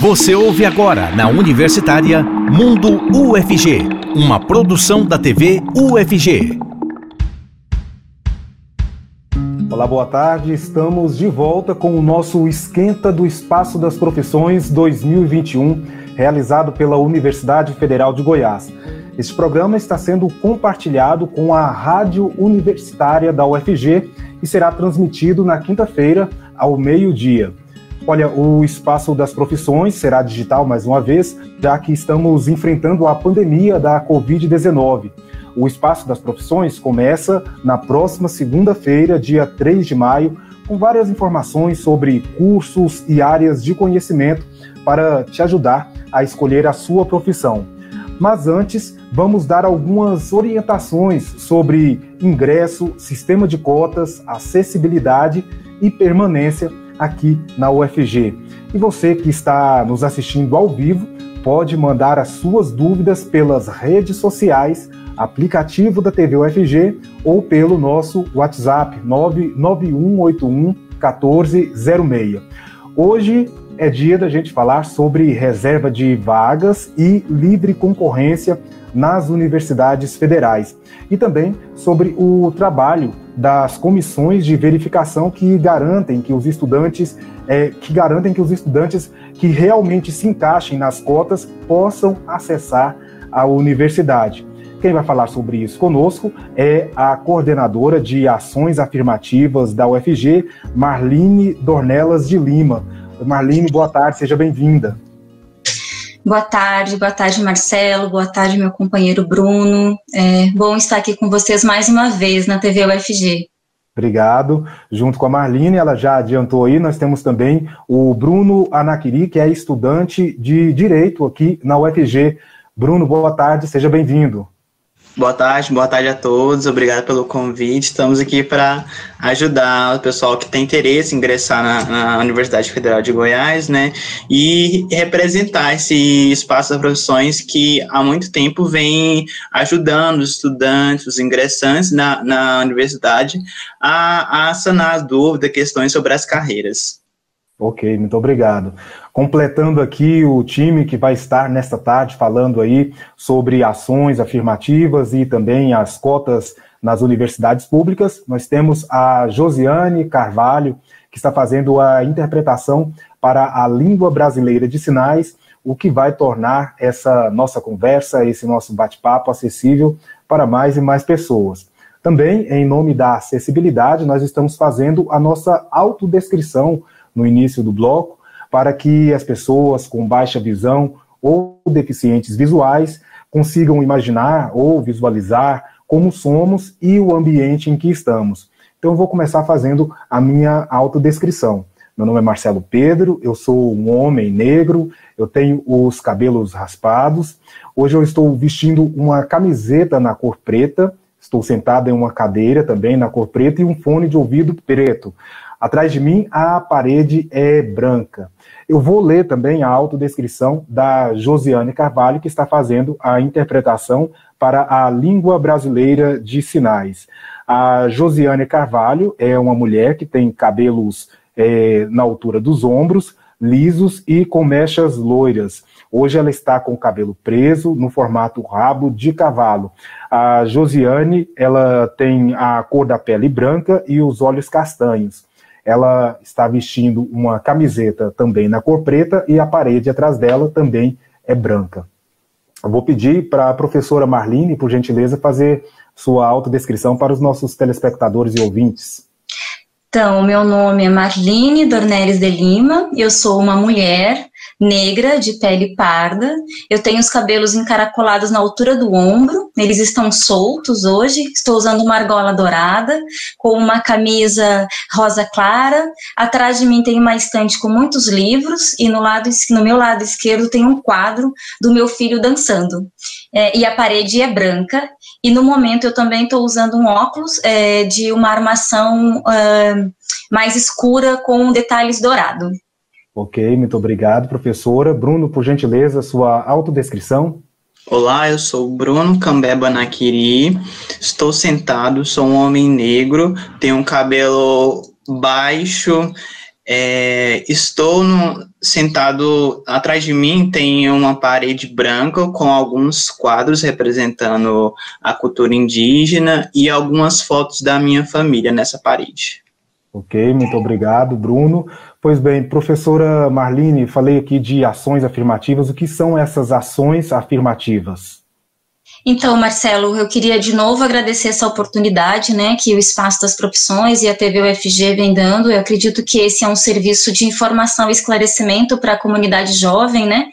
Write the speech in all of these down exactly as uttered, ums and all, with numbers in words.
Você ouve agora na Universitária Mundo U F G, uma produção da T V U F G. Olá, boa tarde. Estamos de volta com o nosso Esquenta do Espaço das Profissões dois mil e vinte e um, realizado pela Universidade Federal de Goiás. Este programa está sendo compartilhado com a Rádio Universitária da U F G e será transmitido na quinta-feira, ao meio-dia. Olha, o Espaço das Profissões será digital mais uma vez, já que estamos enfrentando a pandemia da covid dezenove. O Espaço das Profissões começa na próxima segunda-feira, dia três de maio, com várias informações sobre cursos e áreas de conhecimento para te ajudar a escolher a sua profissão. Mas antes, vamos dar algumas orientações sobre ingresso, sistema de cotas, acessibilidade e permanência aqui na U F G. E você que está nos assistindo ao vivo, pode mandar as suas dúvidas pelas redes sociais, aplicativo da T V U F G ou pelo nosso WhatsApp nove nove um oito um um quatro zero seis. Hoje é dia da gente falar sobre reserva de vagas e livre concorrência nas universidades federais e também sobre o trabalho das comissões de verificação que garantem que os estudantes é, que garantem que os estudantes que realmente se encaixem nas cotas possam acessar a universidade. Quem vai falar sobre isso conosco é a coordenadora de ações afirmativas da U F G, Marline Dornelas de Lima. Marline, boa tarde, seja bem-vinda. Boa tarde, boa tarde, Marcelo, boa tarde, meu companheiro Bruno. É bom estar aqui com vocês mais uma vez na T V U F G. Obrigado. Junto com a Marline, ela já adiantou aí, nós temos também o Bruno Anaquiri, que é estudante de Direito aqui na U F G. Bruno, boa tarde, seja bem-vindo. Boa tarde, boa tarde a todos, obrigado pelo convite. Estamos aqui para ajudar o pessoal que tem interesse em ingressar na, na Universidade Federal de Goiás, né, e representar esse espaço das profissões que há muito tempo vem ajudando os estudantes, os ingressantes na, na universidade a, a sanar as dúvidas, questões sobre as carreiras. Ok, muito obrigado. Completando aqui o time que vai estar nesta tarde falando aí sobre ações afirmativas e também as cotas nas universidades públicas, nós temos a Josiane Carvalho, que está fazendo a interpretação para a língua brasileira de sinais, o que vai tornar essa nossa conversa, esse nosso bate-papo acessível para mais e mais pessoas. Também, em nome da acessibilidade, nós estamos fazendo a nossa autodescrição no início do bloco, para que as pessoas com baixa visão ou deficientes visuais consigam imaginar ou visualizar como somos e o ambiente em que estamos. Então eu vou começar fazendo a minha autodescrição. Meu nome é Marcelo Pedro, eu sou um homem negro, eu tenho os cabelos raspados, hoje eu estou vestindo uma camiseta na cor preta, estou sentado em uma cadeira também na cor preta e um fone de ouvido preto. Atrás de mim, a parede é branca. Eu vou ler também a autodescrição da Josiane Carvalho, que está fazendo a interpretação para a língua brasileira de sinais. A Josiane Carvalho é uma mulher que tem cabelos é, na altura dos ombros, lisos e com mechas loiras. Hoje ela está com o cabelo preso, no formato rabo de cavalo. A Josiane, ela tem a cor da pele branca e os olhos castanhos. Ela está vestindo uma camiseta também na cor preta e a parede atrás dela também é branca. Eu vou pedir para a professora Marline, por gentileza, fazer sua autodescrição para os nossos telespectadores e ouvintes. Então, meu nome é Marline Dornelas de Lima, eu sou uma mulher negra, de pele parda, eu tenho os cabelos encaracolados na altura do ombro, eles estão soltos hoje, estou usando uma argola dourada, com uma camisa rosa clara, atrás de mim tem uma estante com muitos livros, e no, lado, no meu lado esquerdo tem um quadro do meu filho dançando, é, e a parede é branca, e no momento eu também estou usando um óculos é, de uma armação é, mais escura com detalhes dourados. Ok, muito obrigado, professora. Bruno, por gentileza, sua autodescrição. Olá, eu sou Bruno Cambeba Naquiri, estou sentado, sou um homem negro, tenho um cabelo baixo, É, estou no, sentado atrás de mim, tem uma parede branca com alguns quadros representando a cultura indígena e algumas fotos da minha família nessa parede. Ok, muito obrigado, Bruno. Pois bem, professora Marline, falei aqui de ações afirmativas. O que são essas ações afirmativas? Então, Marcelo, eu queria de novo agradecer essa oportunidade, né, que o Espaço das Profissões e a T V U F G vem dando. Eu acredito que esse é um serviço de informação e esclarecimento para a comunidade jovem, né,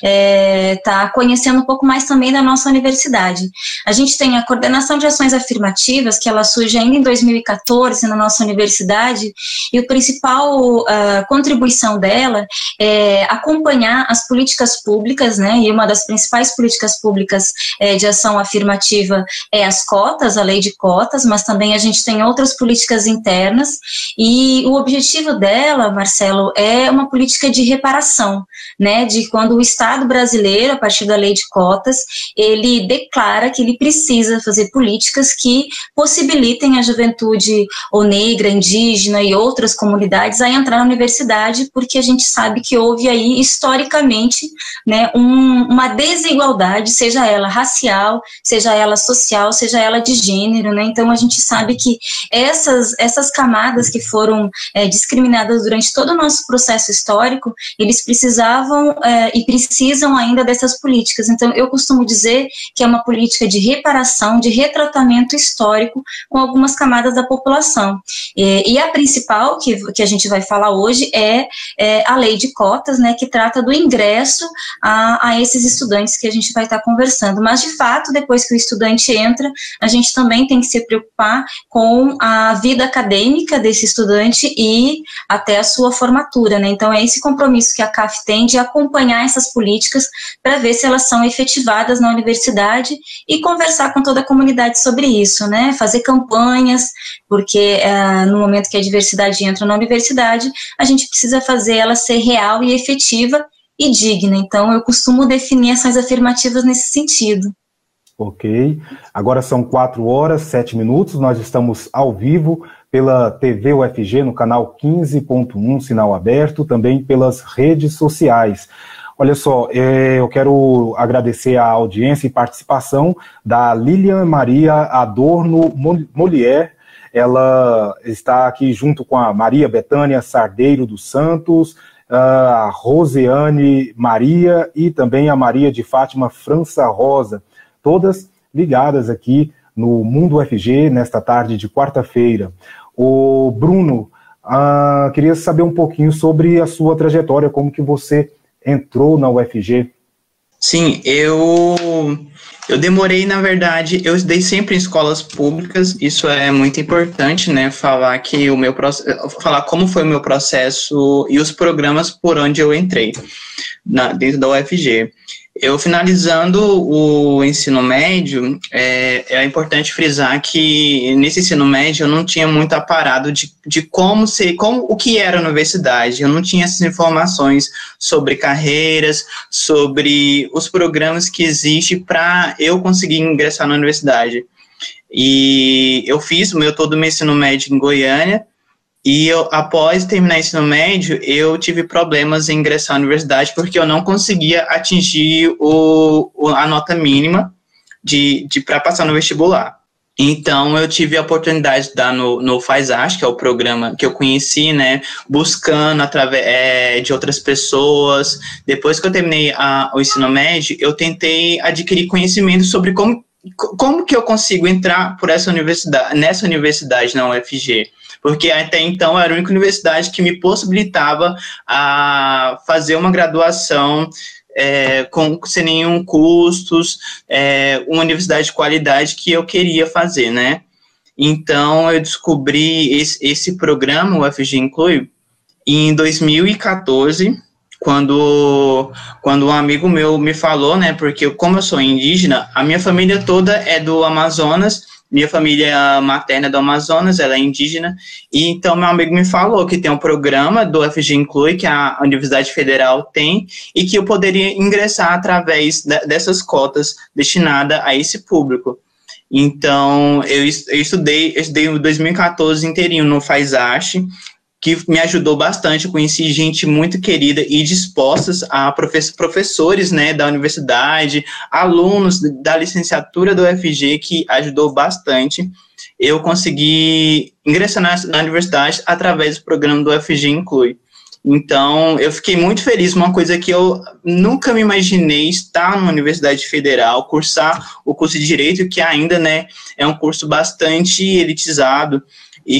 é, tá conhecendo um pouco mais também da nossa universidade. A gente tem a Coordenação de Ações Afirmativas, que ela surge ainda em dois mil e quatorze na nossa universidade, e a principal uh, contribuição dela é acompanhar as políticas públicas, né, e uma das principais políticas públicas é, de ação afirmativa é as cotas, a lei de cotas, mas também a gente tem outras políticas internas, e o objetivo dela, Marcelo, é uma política de reparação, né, de quando o Estado brasileiro, a partir da lei de cotas, ele declara que ele precisa fazer políticas que possibilitem a juventude ou negra, indígena e outras comunidades a entrar na universidade, porque a gente sabe que houve aí, historicamente, né, um, uma desigualdade, seja ela racial, seja ela social, seja ela de gênero, né, então a gente sabe que essas, essas camadas que foram é, discriminadas durante todo o nosso processo histórico, eles precisavam é, e precisam ainda dessas políticas. Então eu costumo dizer que é uma política de reparação, de retratamento histórico com algumas camadas da população, e, e a principal que, que a gente vai falar hoje é, é a lei de cotas, né, que trata do ingresso a, a esses estudantes que a gente vai estar conversando, mas de fato, depois que o estudante entra, a gente também tem que se preocupar com a vida acadêmica desse estudante e até a sua formatura, né, então é esse compromisso que a C A F tem de acompanhar essas políticas para ver se elas são efetivadas na universidade e conversar com toda a comunidade sobre isso, né, fazer campanhas, porque uh, no momento que a diversidade entra na universidade, a gente precisa fazer ela ser real e efetiva e digna, então eu costumo definir ações afirmativas nesse sentido. Ok, agora são quatro horas, sete minutos, nós estamos ao vivo pela T V U F G no canal quinze ponto um, sinal aberto, também pelas redes sociais. Olha só, eu quero agradecer a audiência e participação da Lilian Maria Adorno Molier. Ela está aqui junto com a Maria Betânia Sardeiro dos Santos, a Roseane Maria e também a Maria de Fátima França Rosa, todas ligadas aqui no Mundo U F G nesta tarde de quarta-feira. O Bruno, uh, queria saber um pouquinho sobre a sua trajetória, como que você entrou na U F G. Sim, eu, eu demorei, na verdade, eu estudei sempre em escolas públicas, isso é muito importante, né, falar que o meu falar como foi o meu processo e os programas por onde eu entrei na, dentro da U F G. Eu, finalizando o ensino médio, é, é importante frisar que nesse ensino médio eu não tinha muito aparato de, de como ser, como, o que era a universidade, eu não tinha essas informações sobre carreiras, sobre os programas que existem para eu conseguir ingressar na universidade. E eu fiz o meu, todo o meu ensino médio em Goiânia, e eu, após terminar o ensino médio, eu tive problemas em ingressar na universidade porque eu não conseguia atingir o, o, a nota mínima de, de, para passar no vestibular. Então, eu tive a oportunidade de estudar no, no FAISARTE, que é o programa que eu conheci, né, buscando através é, de outras pessoas. Depois que eu terminei a, o ensino médio, eu tentei adquirir conhecimento sobre como, como que eu consigo entrar por essa universidade, nessa universidade na U F G. Porque até então era a única universidade que me possibilitava a fazer uma graduação é, com, sem nenhum custos, é, uma universidade de qualidade que eu queria fazer, né? Então, eu descobri esse, esse programa, o U F G Inclui, em dois mil e quatorze, quando, quando um amigo meu me falou, né? Porque como eu sou indígena, a minha família toda é do Amazonas. Minha família materna é do Amazonas, ela é indígena, e então meu amigo me falou que tem um programa do U F G Inclui, que a Universidade Federal tem, e que eu poderia ingressar através de, dessas cotas destinadas a esse público. Então, eu, eu estudei, eu estudei em dois mil e quatorze inteirinho no FAISARTE, que me ajudou bastante. Eu conheci gente muito querida e dispostas a professores, né, da universidade, alunos da licenciatura do U F G, que ajudou bastante. Eu consegui ingressar na, na universidade através do programa do U F G Inclui. Então, eu fiquei muito feliz, uma coisa que eu nunca me imaginei estar numa universidade federal, cursar o curso de Direito, que ainda, né, é um curso bastante elitizado e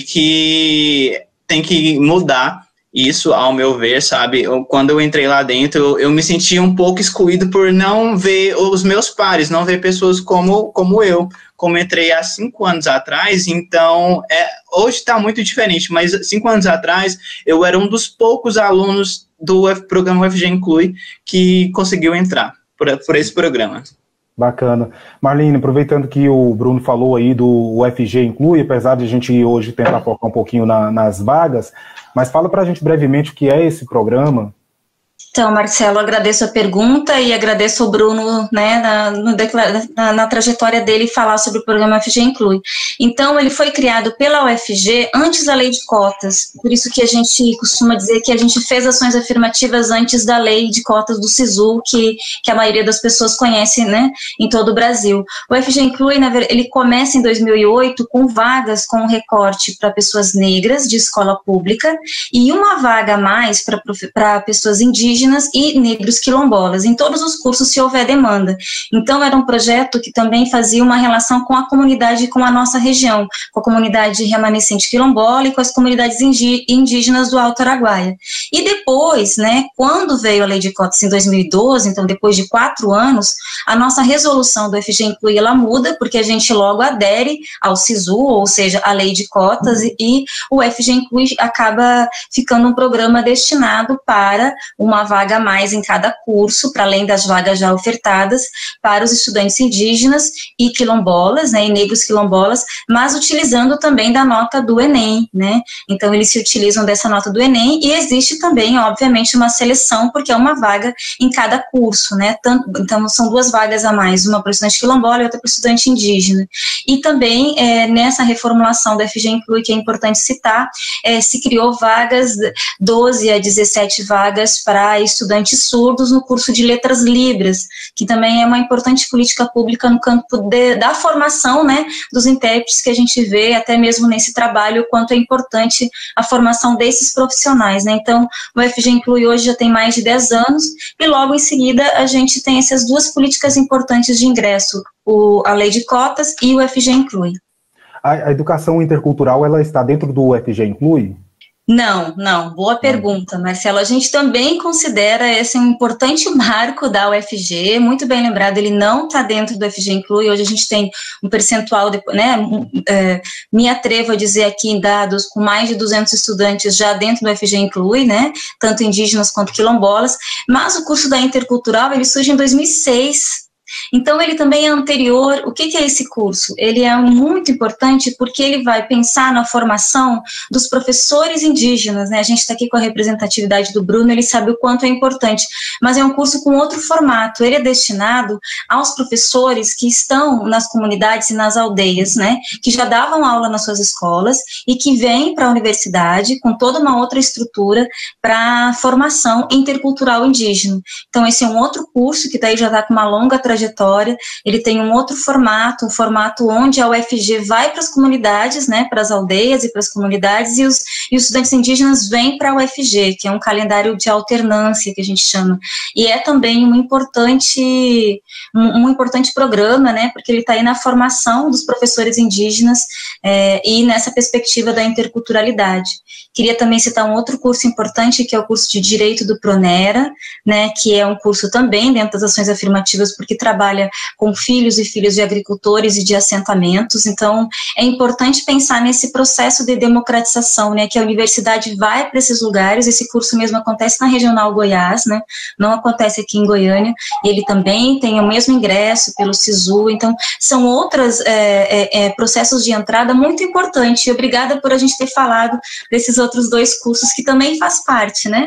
que tem que mudar isso, ao meu ver, sabe? Eu, quando eu entrei lá dentro, eu, eu me senti um pouco excluído por não ver os meus pares, não ver pessoas como, como eu, como entrei há cinco anos atrás. Então, é, hoje está muito diferente, mas cinco anos atrás, eu era um dos poucos alunos do F, programa U F G Inclui que conseguiu entrar por, por esse programa. Bacana. Marlene, aproveitando que o Bruno falou aí do U F G Inclui, apesar de a gente hoje tentar focar um pouquinho na, nas vagas, mas fala para a gente brevemente o que é esse programa. Então, Marcelo, agradeço a pergunta e agradeço ao Bruno, né, na, no, na, na trajetória dele falar sobre o programa U F G Inclui. Então, ele foi criado pela U F G antes da lei de cotas, por isso que a gente costuma dizer que a gente fez ações afirmativas antes da lei de cotas do SISU, que, que a maioria das pessoas conhece, né, em todo o Brasil. O U F G Inclui, na verdade, ele começa em dois mil e oito com vagas com recorte para pessoas negras de escola pública e uma vaga a mais para pessoas indígenas e negros quilombolas, em todos os cursos se houver demanda. Então era um projeto que também fazia uma relação com a comunidade, com a nossa região, com a comunidade remanescente quilombola e com as comunidades indígenas do Alto Araguaia. E depois, né, quando veio a lei de cotas em dois mil e doze, então depois de quatro anos, a nossa resolução do U F G Inclui, ela muda, porque a gente logo adere ao SISU, ou seja, a lei de cotas, e, e o U F G Inclui acaba ficando um programa destinado para uma vaga a mais em cada curso, para além das vagas já ofertadas para os estudantes indígenas e quilombolas, né, e negros quilombolas, mas utilizando também da nota do Enem, né, então eles se utilizam dessa nota do Enem e existe também, obviamente, uma seleção, porque é uma vaga em cada curso, né, tanto, então são duas vagas a mais, uma para o estudante quilombola e outra para o estudante indígena. E também, é, nessa reformulação da U F G Inclui, que é importante citar, é, se criou vagas, doze a dezessete vagas para estudantes surdos no curso de Letras Libras, que também é uma importante política pública no campo de, da formação, né, dos intérpretes, que a gente vê até mesmo nesse trabalho o quanto é importante a formação desses profissionais, né. Então, o U F G Inclui hoje já tem mais de dez anos e logo em seguida a gente tem essas duas políticas importantes de ingresso, o, a lei de cotas e o U F G Inclui. A, a educação intercultural, ela está dentro do U F G Inclui? Não, não, boa pergunta, Marcelo. A gente também considera esse um importante marco da U F G, muito bem lembrado, ele não está dentro do U F G Inclui, hoje a gente tem um percentual, de, né, é, me atrevo a dizer aqui em dados, com mais de duzentos estudantes já dentro do U F G Inclui, né, tanto indígenas quanto quilombolas, mas o curso da intercultural, ele surge em dois mil e seis, então ele também é anterior. O que, que é esse curso? Ele é muito importante porque ele vai pensar na formação dos professores indígenas, né? A gente está aqui com a representatividade do Bruno, ele sabe o quanto é importante, mas é um curso com outro formato, ele é destinado aos professores que estão nas comunidades e nas aldeias, né? Que já davam aula nas suas escolas e que vêm para a universidade com toda uma outra estrutura para formação intercultural indígena. Então esse é um outro curso que daí já está com uma longa trajetória, ele tem um outro formato, um formato onde a U F G vai para as comunidades, né, para as aldeias e para as comunidades, e os, e os estudantes indígenas vêm para a U F G, que é um calendário de alternância, que a gente chama, e é também um importante, um, um importante programa, né, porque ele está aí na formação dos professores indígenas é, e nessa perspectiva da interculturalidade. Queria também citar um outro curso importante, que é o curso de Direito do Pronera, né, que é um curso também dentro das ações afirmativas, porque trabalha com filhos e filhas de agricultores e de assentamentos. Então, é importante pensar nesse processo de democratização, né, que a universidade vai para esses lugares. Esse curso mesmo acontece na Regional Goiás, né, não acontece aqui em Goiânia, e ele também tem o mesmo ingresso pelo SISU. Então, são outros é, é, processos de entrada muito importantes, e obrigada por a gente ter falado desses outros dois cursos que também faz parte, né,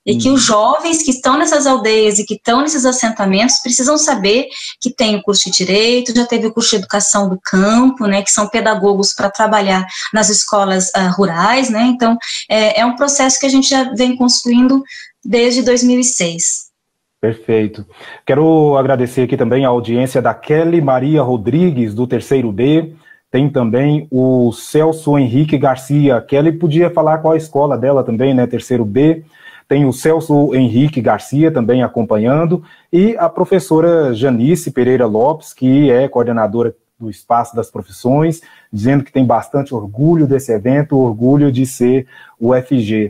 E que os jovens que estão nessas aldeias e que estão nesses assentamentos precisam saber que tem o curso de Direito, já teve o curso de Educação do Campo, né, que são pedagogos para trabalhar nas escolas uh, rurais, né, então é, é um processo que a gente já vem construindo desde dois mil e seis. Perfeito. Quero agradecer aqui também a audiência da Kelly Maria Rodrigues, do terceiro B, tem também o Celso Henrique Garcia. Kelly podia falar qual a escola dela também, né, terceiro B. Tem o Celso Henrique Garcia também acompanhando, e a professora Janice Pereira Lopes, que é coordenadora do Espaço das Profissões, dizendo que tem bastante orgulho desse evento, orgulho de ser o U F G.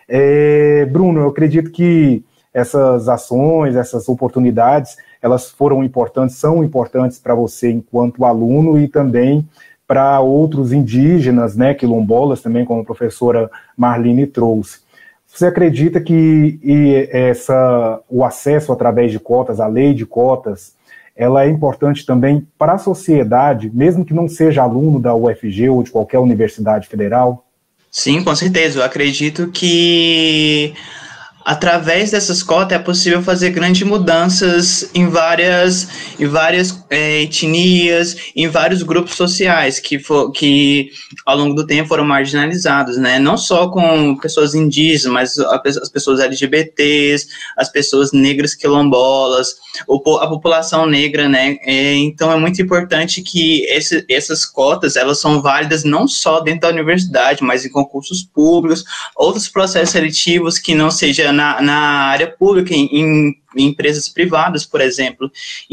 É, Bruno, eu acredito que essas ações, essas oportunidades, elas foram importantes, são importantes para você enquanto aluno e também para outros indígenas, né, quilombolas também, como a professora Marlene trouxe. Você acredita que e essa, o acesso através de cotas, a lei de cotas, ela é importante também para a sociedade, mesmo que não seja aluno da U F G ou de qualquer universidade federal? Sim, com certeza. Eu acredito que através dessas cotas é possível fazer grandes mudanças em várias, em várias é, etnias, em vários grupos sociais que, for, que ao longo do tempo foram marginalizados, né? Não só com pessoas indígenas, mas as pessoas L G B Ts, as pessoas negras quilombolas, a população negra, né? É, então é muito importante que esse, essas cotas, elas são válidas não só dentro da universidade, mas em concursos públicos, outros processos seletivos que não sejam Na, na área pública, em, em, em empresas privadas, por exemplo.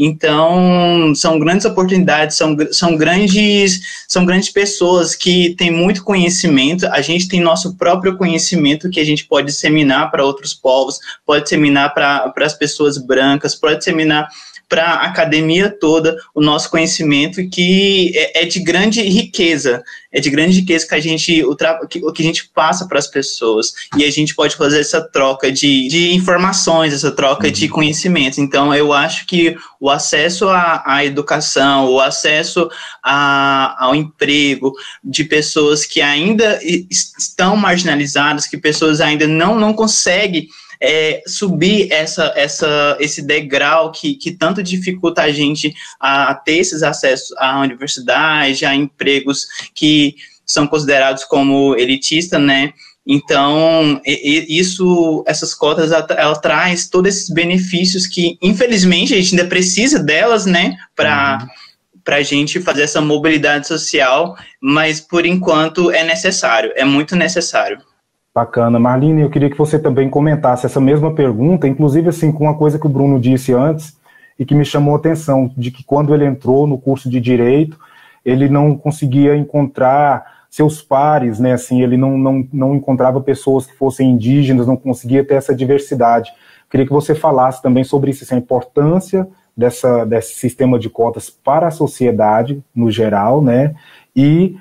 Então, são grandes oportunidades, são, são, grandes, são grandes pessoas que têm muito conhecimento, a gente tem nosso próprio conhecimento que a gente pode disseminar para outros povos, pode disseminar para as pessoas brancas, pode disseminar para a academia toda o nosso conhecimento, que é, é de grande riqueza, é de grande riqueza que a gente, o, tra- que, que a gente passa para as pessoas, e a gente pode fazer essa troca de, de informações, essa troca de conhecimentos. Então, eu acho que o acesso à, à educação, o acesso a, ao emprego de pessoas que ainda estão marginalizadas, que pessoas ainda não, não conseguem É, subir essa, essa, esse degrau que, que tanto dificulta a gente a, a ter esses acessos à universidade, a empregos que são considerados como elitistas, né? Então, e, e isso, essas cotas, ela, ela traz todos esses benefícios que, infelizmente, a gente ainda precisa delas, né? Para uhum. para a gente fazer essa mobilidade social, mas, por enquanto, é necessário, é muito necessário. Bacana. Marlene, eu queria que você também comentasse essa mesma pergunta, inclusive assim, com uma coisa que o Bruno disse antes e que me chamou a atenção, de que quando ele entrou no curso de Direito, ele não conseguia encontrar seus pares, né, assim, ele não, não, não encontrava pessoas que fossem indígenas, não conseguia ter essa diversidade. Eu queria que você falasse também sobre isso, assim, a importância dessa, desse sistema de cotas para a sociedade, no geral, né, e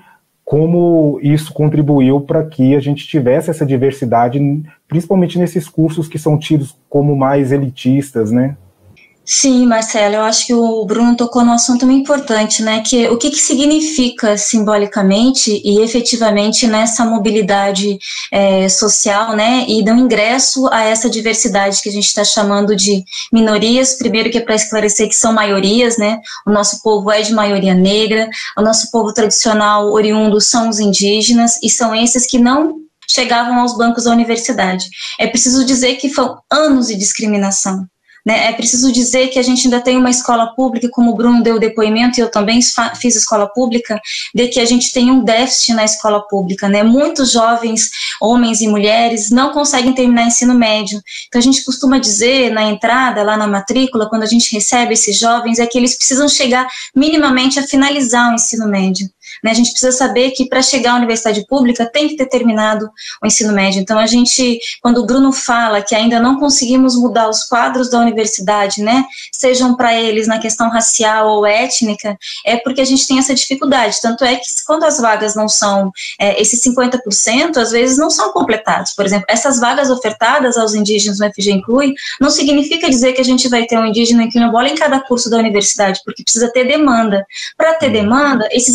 como isso contribuiu para que a gente tivesse essa diversidade, principalmente nesses cursos que são tidos como mais elitistas, né? Sim, Marcelo, eu acho que o Bruno tocou num assunto muito importante, né, que o que, que significa simbolicamente e efetivamente nessa mobilidade é, social, né, e do ingresso a essa diversidade que a gente está chamando de minorias, primeiro que é para esclarecer que são maiorias, né, o nosso povo é de maioria negra, o nosso povo tradicional oriundo são os indígenas, e são esses que não chegavam aos bancos da universidade. É preciso dizer que foram anos de discriminação. Né, é preciso dizer que a gente ainda tem uma escola pública, como o Bruno deu depoimento, e eu também fiz escola pública, de que a gente tem um déficit na escola pública, né, muitos jovens, homens e mulheres, não conseguem terminar ensino médio. Então a gente costuma dizer na entrada, lá na matrícula, quando a gente recebe esses jovens, é que eles precisam chegar minimamente a finalizar o ensino médio. Né, a gente precisa saber que para chegar à universidade pública tem que ter terminado o ensino médio. Então a gente, quando o Bruno fala que ainda não conseguimos mudar os quadros da universidade, né, sejam para eles na questão racial ou étnica, é porque a gente tem essa dificuldade. Tanto é que quando as vagas não são, é, esses cinquenta por cento, às vezes não são completados. Por exemplo, essas vagas ofertadas aos indígenas no F G Inclui, não significa dizer que a gente vai ter um indígena em quilombola em cada curso da universidade, porque precisa ter demanda. Para ter demanda, esses estudantes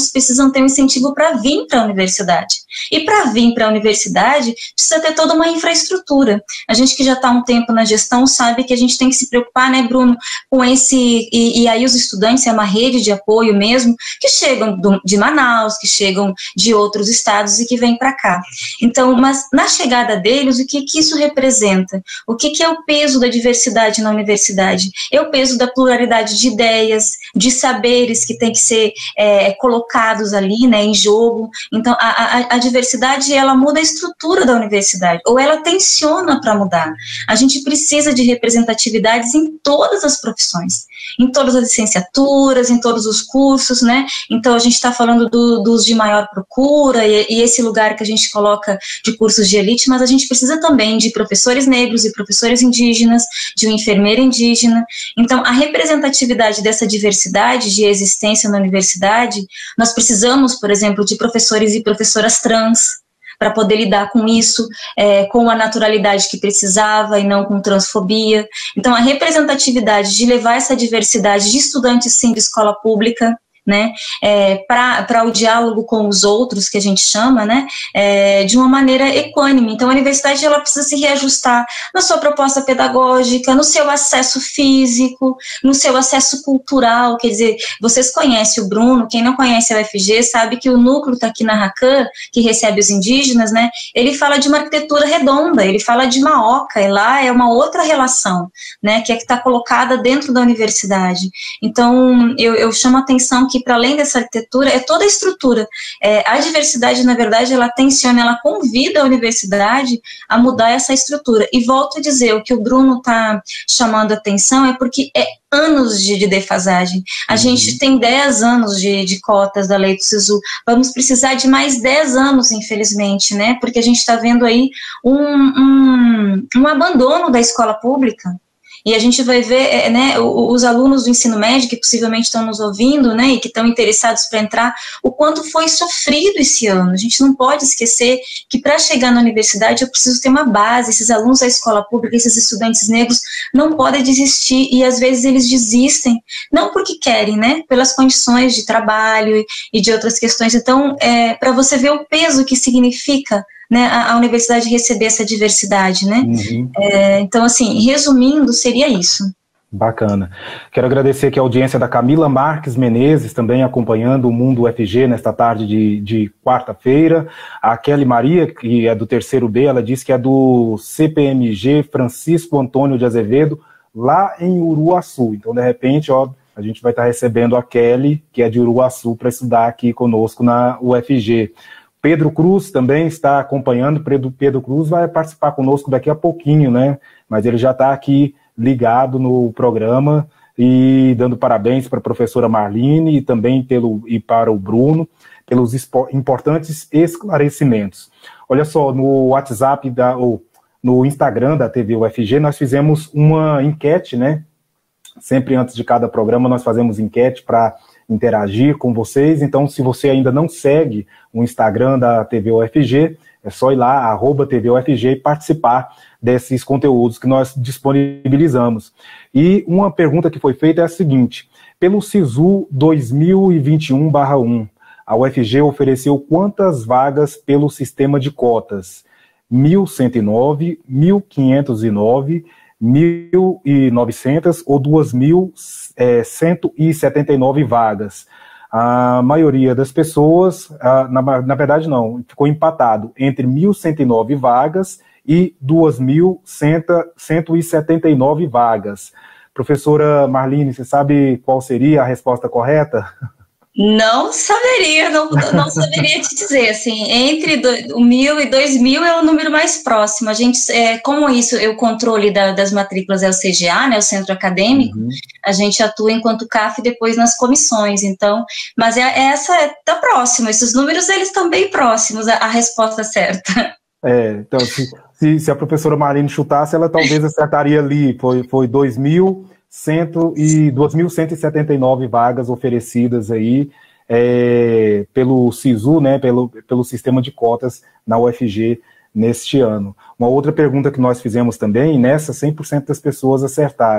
estudantes precisam ter um incentivo para vir para a universidade. E para vir para a universidade, precisa ter toda uma infraestrutura. A gente que já está há um tempo na gestão sabe que a gente tem que se preocupar, né, Bruno, com esse, e, e aí os estudantes, é uma rede de apoio mesmo, que chegam do, de Manaus, que chegam de outros estados e que vêm para cá. Então, mas na chegada deles, o que, que isso representa? O que, que é o peso da diversidade na universidade? É o peso da pluralidade de ideias, de saberes que tem que ser é, colocados ali, né, em jogo. Então, a, a, a diversidade, ela muda a estrutura da universidade, ou ela tensiona para mudar. A gente precisa de representatividades em todas as profissões, em todas as licenciaturas, em todos os cursos, né? Então, a gente está falando do, dos de maior procura, e, e esse lugar que a gente coloca de cursos de elite, mas a gente precisa também de professores negros e professores indígenas, de um enfermeiro indígena. Então, a representatividade dessa diversidade de existência na universidade, nós precisamos, por exemplo, de professores e professoras trans, para poder lidar com isso, é, com a naturalidade que precisava e não com transfobia. Então, a representatividade de levar essa diversidade de estudantes, sim, de escola pública, né, é, para o diálogo com os outros, que a gente chama, né, é, de uma maneira equânime. Então, a universidade, ela precisa se reajustar na sua proposta pedagógica, no seu acesso físico, no seu acesso cultural. Quer dizer, vocês conhecem o Bruno, quem não conhece a U F G sabe que o núcleo está aqui na Racan, que recebe os indígenas, né, ele fala de uma arquitetura redonda, ele fala de uma oca, e lá é uma outra relação, né, que é que está colocada dentro da universidade. Então, eu, eu chamo a atenção que, para além dessa arquitetura, é toda a estrutura. É, a diversidade, na verdade, ela tensiona, ela convida a universidade a mudar essa estrutura. E volto a dizer, o que o Bruno está chamando a atenção é porque é anos de, de defasagem. A uhum. gente tem dez anos de, de cotas da lei do SISU, vamos precisar de mais dez anos, infelizmente, né, porque a gente está vendo aí um, um, um abandono da escola pública. E a gente vai ver, né, os alunos do ensino médio, que possivelmente estão nos ouvindo, né, e que estão interessados para entrar, o quanto foi sofrido esse ano. A gente não pode esquecer que para chegar na universidade eu preciso ter uma base. Esses alunos da escola pública, esses estudantes negros, não podem desistir, e às vezes eles desistem, não porque querem, né, pelas condições de trabalho e de outras questões. Então, é, para você ver o peso que significa, né, a, a universidade receber essa diversidade, né? Uhum. É, então, assim, resumindo, seria isso. Bacana. Quero agradecer aqui a audiência da Camila Marques Menezes, também acompanhando o Mundo U F G nesta tarde de, de quarta-feira. A Kelly Maria, que é do terceiro B, ela disse que é do C P M G Francisco Antônio de Azevedo, lá em Uruaçu. Então, de repente, ó, a gente vai estar recebendo a Kelly, que é de Uruaçu, para estudar aqui conosco na U F G. Pedro Cruz também está acompanhando. Pedro, Pedro Cruz vai participar conosco daqui a pouquinho, né? Mas ele já está aqui ligado no programa e dando parabéns para a professora Marlene e também pelo, e para o Bruno pelos importantes esclarecimentos. Olha só, no WhatsApp, da, ou no Instagram da T V U F G, nós fizemos uma enquete, né? Sempre antes de cada programa nós fazemos enquete para interagir com vocês. Então, se você ainda não segue o Instagram da T V U F G, é só ir lá, arroba T V U F G, e participar desses conteúdos que nós disponibilizamos. E uma pergunta que foi feita é a seguinte: pelo SISU dois mil e vinte e um barra um, a U F G ofereceu quantas vagas pelo sistema de cotas? mil cento e nove, mil quinhentos e nove, mil e novecentas ou duas mil cento e setenta e nove vagas? A maioria das pessoas, na, na verdade não, ficou empatado entre mil cento e nove vagas e duas mil cento e setenta e nove vagas. Professora Marlene, você sabe qual seria a resposta correta? Não saberia, não, não saberia te dizer, assim, entre o mil e dois mil é o número mais próximo. A gente, é, como isso, o controle da, das matrículas é o C G A, né, o Centro Acadêmico, uhum. A gente atua enquanto C A F depois nas comissões, então, mas é, essa está próxima, esses números, eles estão bem próximos, a, a resposta certa. É, então, se, se, se a professora Marlene chutasse, ela talvez acertaria ali, foi, foi dois mil e duas mil cento e setenta e nove vagas oferecidas aí é, pelo SISU, né, pelo, pelo sistema de cotas na U F G neste ano. Uma outra pergunta que nós fizemos também, nessa cem por cento das pessoas acertaram.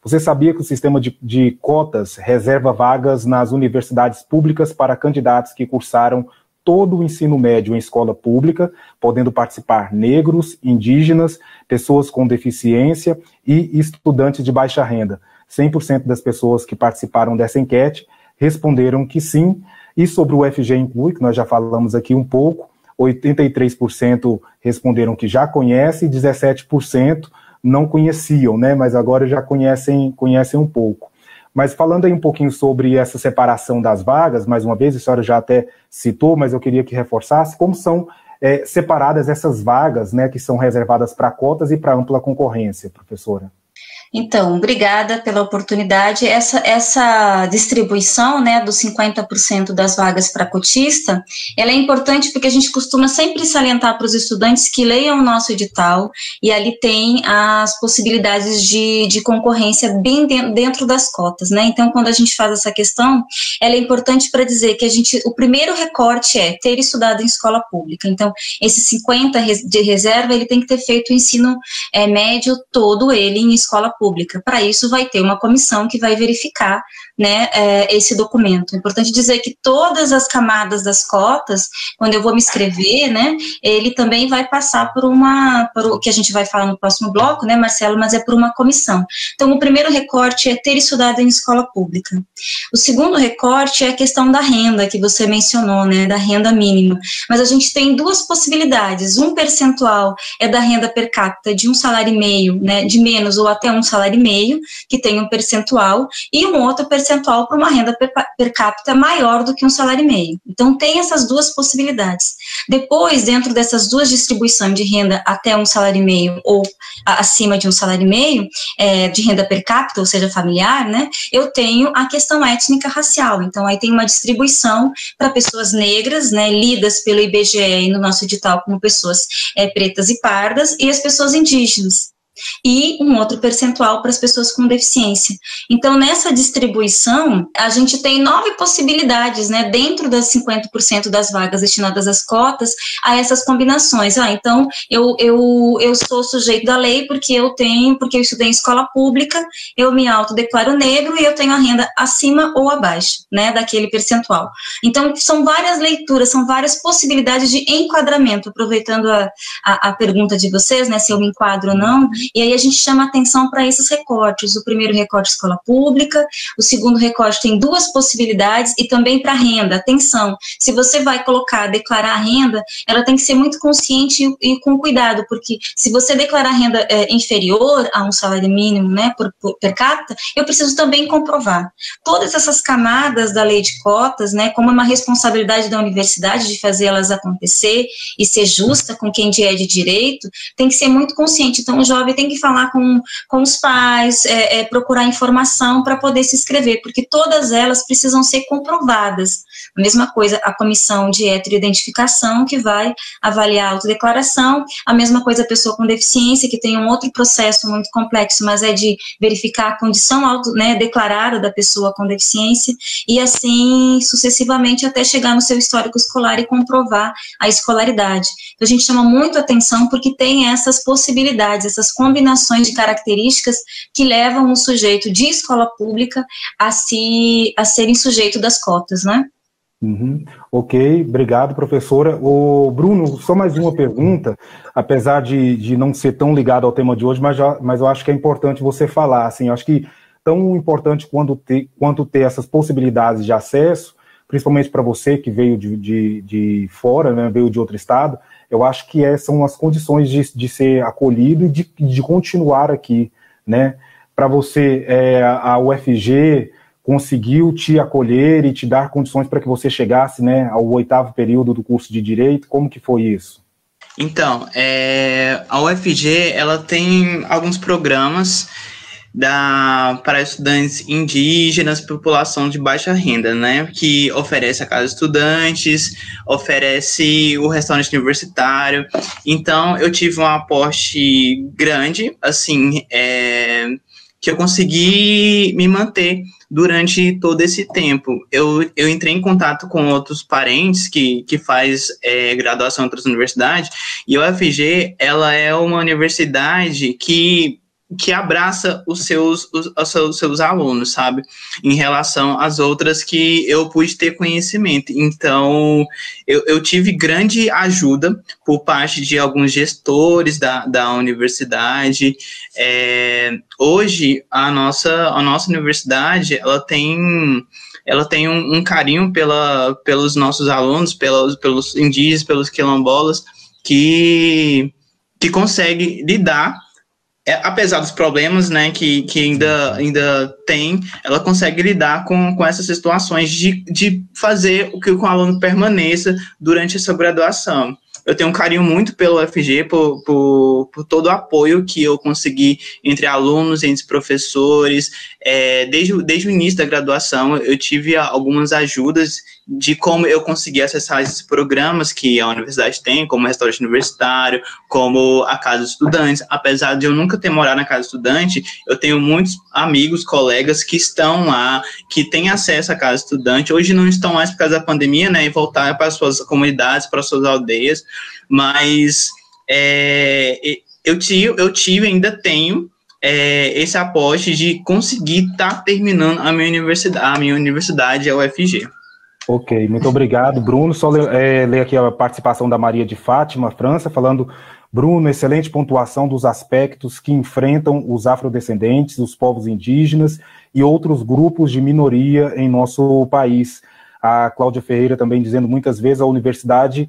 Você sabia que o sistema de, de cotas reserva vagas nas universidades públicas para candidatos que cursaram todo o ensino médio em escola pública, podendo participar negros, indígenas, pessoas com deficiência e estudantes de baixa renda? cem por cento das pessoas que participaram dessa enquete responderam que sim, e sobre o U F G Inclui, que nós já falamos aqui um pouco, oitenta e três por cento responderam que já conhecem e dezessete por cento não conheciam, né, mas agora já conhecem, conhecem um pouco. Mas falando aí um pouquinho sobre essa separação das vagas, mais uma vez, a senhora já até citou, mas eu queria que reforçasse como são é, separadas essas vagas, né, que são reservadas para cotas e para ampla concorrência, professora. Então, obrigada pela oportunidade. Essa, essa distribuição, né, dos cinquenta por cento das vagas para cotista, ela é importante porque a gente costuma sempre salientar para os estudantes que leiam o nosso edital e ali tem as possibilidades de, de concorrência bem dentro, dentro das cotas, né? Então, quando a gente faz essa questão, ela é importante para dizer que a gente, o primeiro recorte é ter estudado em escola pública. Então, esse cinquenta de reserva, ele tem que ter feito o ensino é, médio todo ele em escola pública. Para isso, vai ter uma comissão que vai verificar, né, é, esse documento. É importante dizer que todas as camadas das cotas, quando eu vou me inscrever, né, ele também vai passar por uma, por o que a gente vai falar no próximo bloco, né, Marcelo, mas é por uma comissão. Então, o primeiro recorte é ter estudado em escola pública. O segundo recorte é a questão da renda, que você mencionou, né, da renda mínima. Mas a gente tem duas possibilidades. Um percentual é da renda per capita de um salário e meio, né, de menos ou até um salário e meio, que tem um percentual, e um outro percentual para uma renda per, per capita maior do que um salário e meio. Então, tem essas duas possibilidades. Depois, dentro dessas duas distribuições de renda até um salário e meio ou a, acima de um salário e meio, é, de renda per capita, ou seja, familiar, né, eu tenho a questão étnica racial. Então, aí tem uma distribuição para pessoas negras, né, lidas pelo I B G E no nosso edital como pessoas é, pretas e pardas, e as pessoas indígenas. E um outro percentual para as pessoas com deficiência. Então, nessa distribuição, a gente tem nove possibilidades, né, dentro das cinquenta por cento das vagas destinadas às cotas, a essas combinações. Ah, então, eu, eu, eu sou sujeito da lei porque eu tenho, porque eu estudei em escola pública, eu me autodeclaro negro e eu tenho a renda acima ou abaixo, né, daquele percentual. Então, são várias leituras, são várias possibilidades de enquadramento, aproveitando a, a, a pergunta de vocês, né, se eu me enquadro ou não. E aí a gente chama atenção para esses recortes. O primeiro recorte escola pública, o segundo recorte tem duas possibilidades e também para renda. Atenção, se você vai colocar, declarar a renda, ela tem que ser muito consciente e, e com cuidado, porque se você declarar renda é, inferior a um salário mínimo, né, por, por, per capita, eu preciso também comprovar. Todas essas camadas da lei de cotas, né, como é uma responsabilidade da universidade de fazer elas acontecer e ser justa com quem é de direito, tem que ser muito consciente. Então, o jovem tem que falar com, com os pais, é, é, procurar informação para poder se inscrever, porque todas elas precisam ser comprovadas. A mesma coisa, a comissão de heteroidentificação, que vai avaliar a autodeclaração, a mesma coisa a pessoa com deficiência, que tem um outro processo muito complexo, mas é de verificar a condição auto, né, declarada da pessoa com deficiência, e assim sucessivamente até chegar no seu histórico escolar e comprovar a escolaridade. Então, a gente chama muito atenção porque tem essas possibilidades, essas combinações de características que levam o sujeito de escola pública a, se, a serem sujeito das cotas, né? Uhum. Ok, obrigado, professora. O Bruno, só mais uma pergunta, apesar de, de não ser tão ligado ao tema de hoje, mas, já, mas eu acho que é importante você falar, assim, eu acho que tão importante quanto ter, quanto ter essas possibilidades de acesso, principalmente para você que veio de, de, de fora, né, veio de outro estado, eu acho que é, são as condições de, de ser acolhido e de, de continuar aqui, né? Para você, é, a U F G conseguiu te acolher e te dar condições para que você chegasse, né, ao oitavo período do curso de Direito, como que foi isso? Então, é, a U F G, ela tem alguns programas da, para estudantes indígenas, população de baixa renda, né, que oferece a casa de estudantes, oferece o restaurante universitário. Então, eu tive um aporte grande, assim, é, que eu consegui me manter durante todo esse tempo. Eu, eu entrei em contato com outros parentes que, que faz é, graduação em outras universidades, e a U F G, ela é uma universidade que que abraça os seus, os, os seus, seus alunos, sabe? Em relação às outras que eu pude ter conhecimento. Então, eu, eu tive grande ajuda por parte de alguns gestores da, da universidade. É, hoje, a nossa, a nossa universidade, ela tem... ela tem um, um carinho pela, pelos nossos alunos, pelos, pelos indígenas, pelos quilombolas, que, que consegue lidar, é, apesar dos problemas, né, que, que ainda, ainda tem, ela consegue lidar com, com essas situações de, de fazer o que o aluno permaneça durante a sua graduação. Eu tenho um carinho muito pelo U F G, por, por, por todo o apoio que eu consegui entre alunos, entre professores. É, desde, desde o início da graduação, eu tive algumas ajudas de como eu consegui acessar esses programas que a universidade tem, como o restaurante universitário, como a Casa dos Estudantes. Apesar de eu nunca ter morado na Casa do Estudante, eu tenho muitos amigos, colegas que estão lá, que têm acesso à Casa do Estudante. Hoje não estão mais por causa da pandemia, né, e voltaram para as suas comunidades, para as suas aldeias, mas é, eu tive, eu tive ainda tenho é, esse aporte de conseguir estar tá terminando a minha universidade, a minha universidade, a U F G. Ok, muito obrigado, Bruno. Só ler, é, ler aqui a participação da Maria de Fátima, França, falando: Bruno, excelente pontuação dos aspectos que enfrentam os afrodescendentes, os povos indígenas e outros grupos de minoria em nosso país. A Cláudia Ferreira também dizendo: muitas vezes a universidade,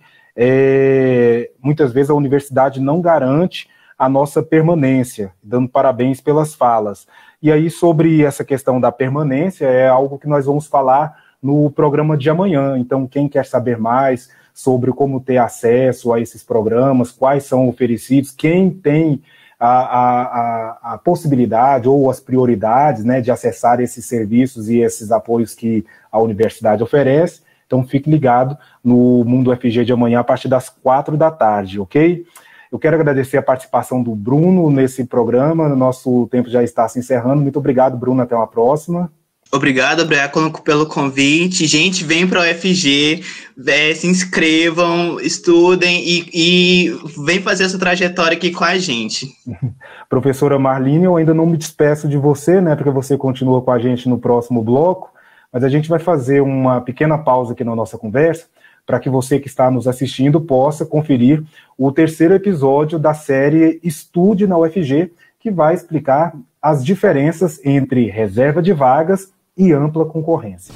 é, muitas vezes a universidade não garante a nossa permanência, dando parabéns pelas falas. E aí, sobre essa questão da permanência, é algo que nós vamos falar no programa de amanhã. Então, quem quer saber mais sobre como ter acesso a esses programas, quais são oferecidos, quem tem a, a, a, a possibilidade ou as prioridades, né, de acessar esses serviços e esses apoios que a universidade oferece, então fique ligado no Mundo U F G de amanhã a partir das quatro da tarde, ok? Eu quero agradecer a participação do Bruno nesse programa, nosso tempo já está se encerrando. Muito obrigado, Bruno, até uma próxima. Obrigado, obrigado pelo convite. Gente, vem para o U F G, é, se inscrevam, estudem e, e vem fazer essa trajetória aqui com a gente. Professora Marlene, eu ainda não me despeço de você, né, porque você continua com a gente no próximo bloco, mas a gente vai fazer uma pequena pausa aqui na nossa conversa, para que você que está nos assistindo possa conferir o terceiro episódio da série Estude na U F G, que vai explicar as diferenças entre reserva de vagas e ampla concorrência.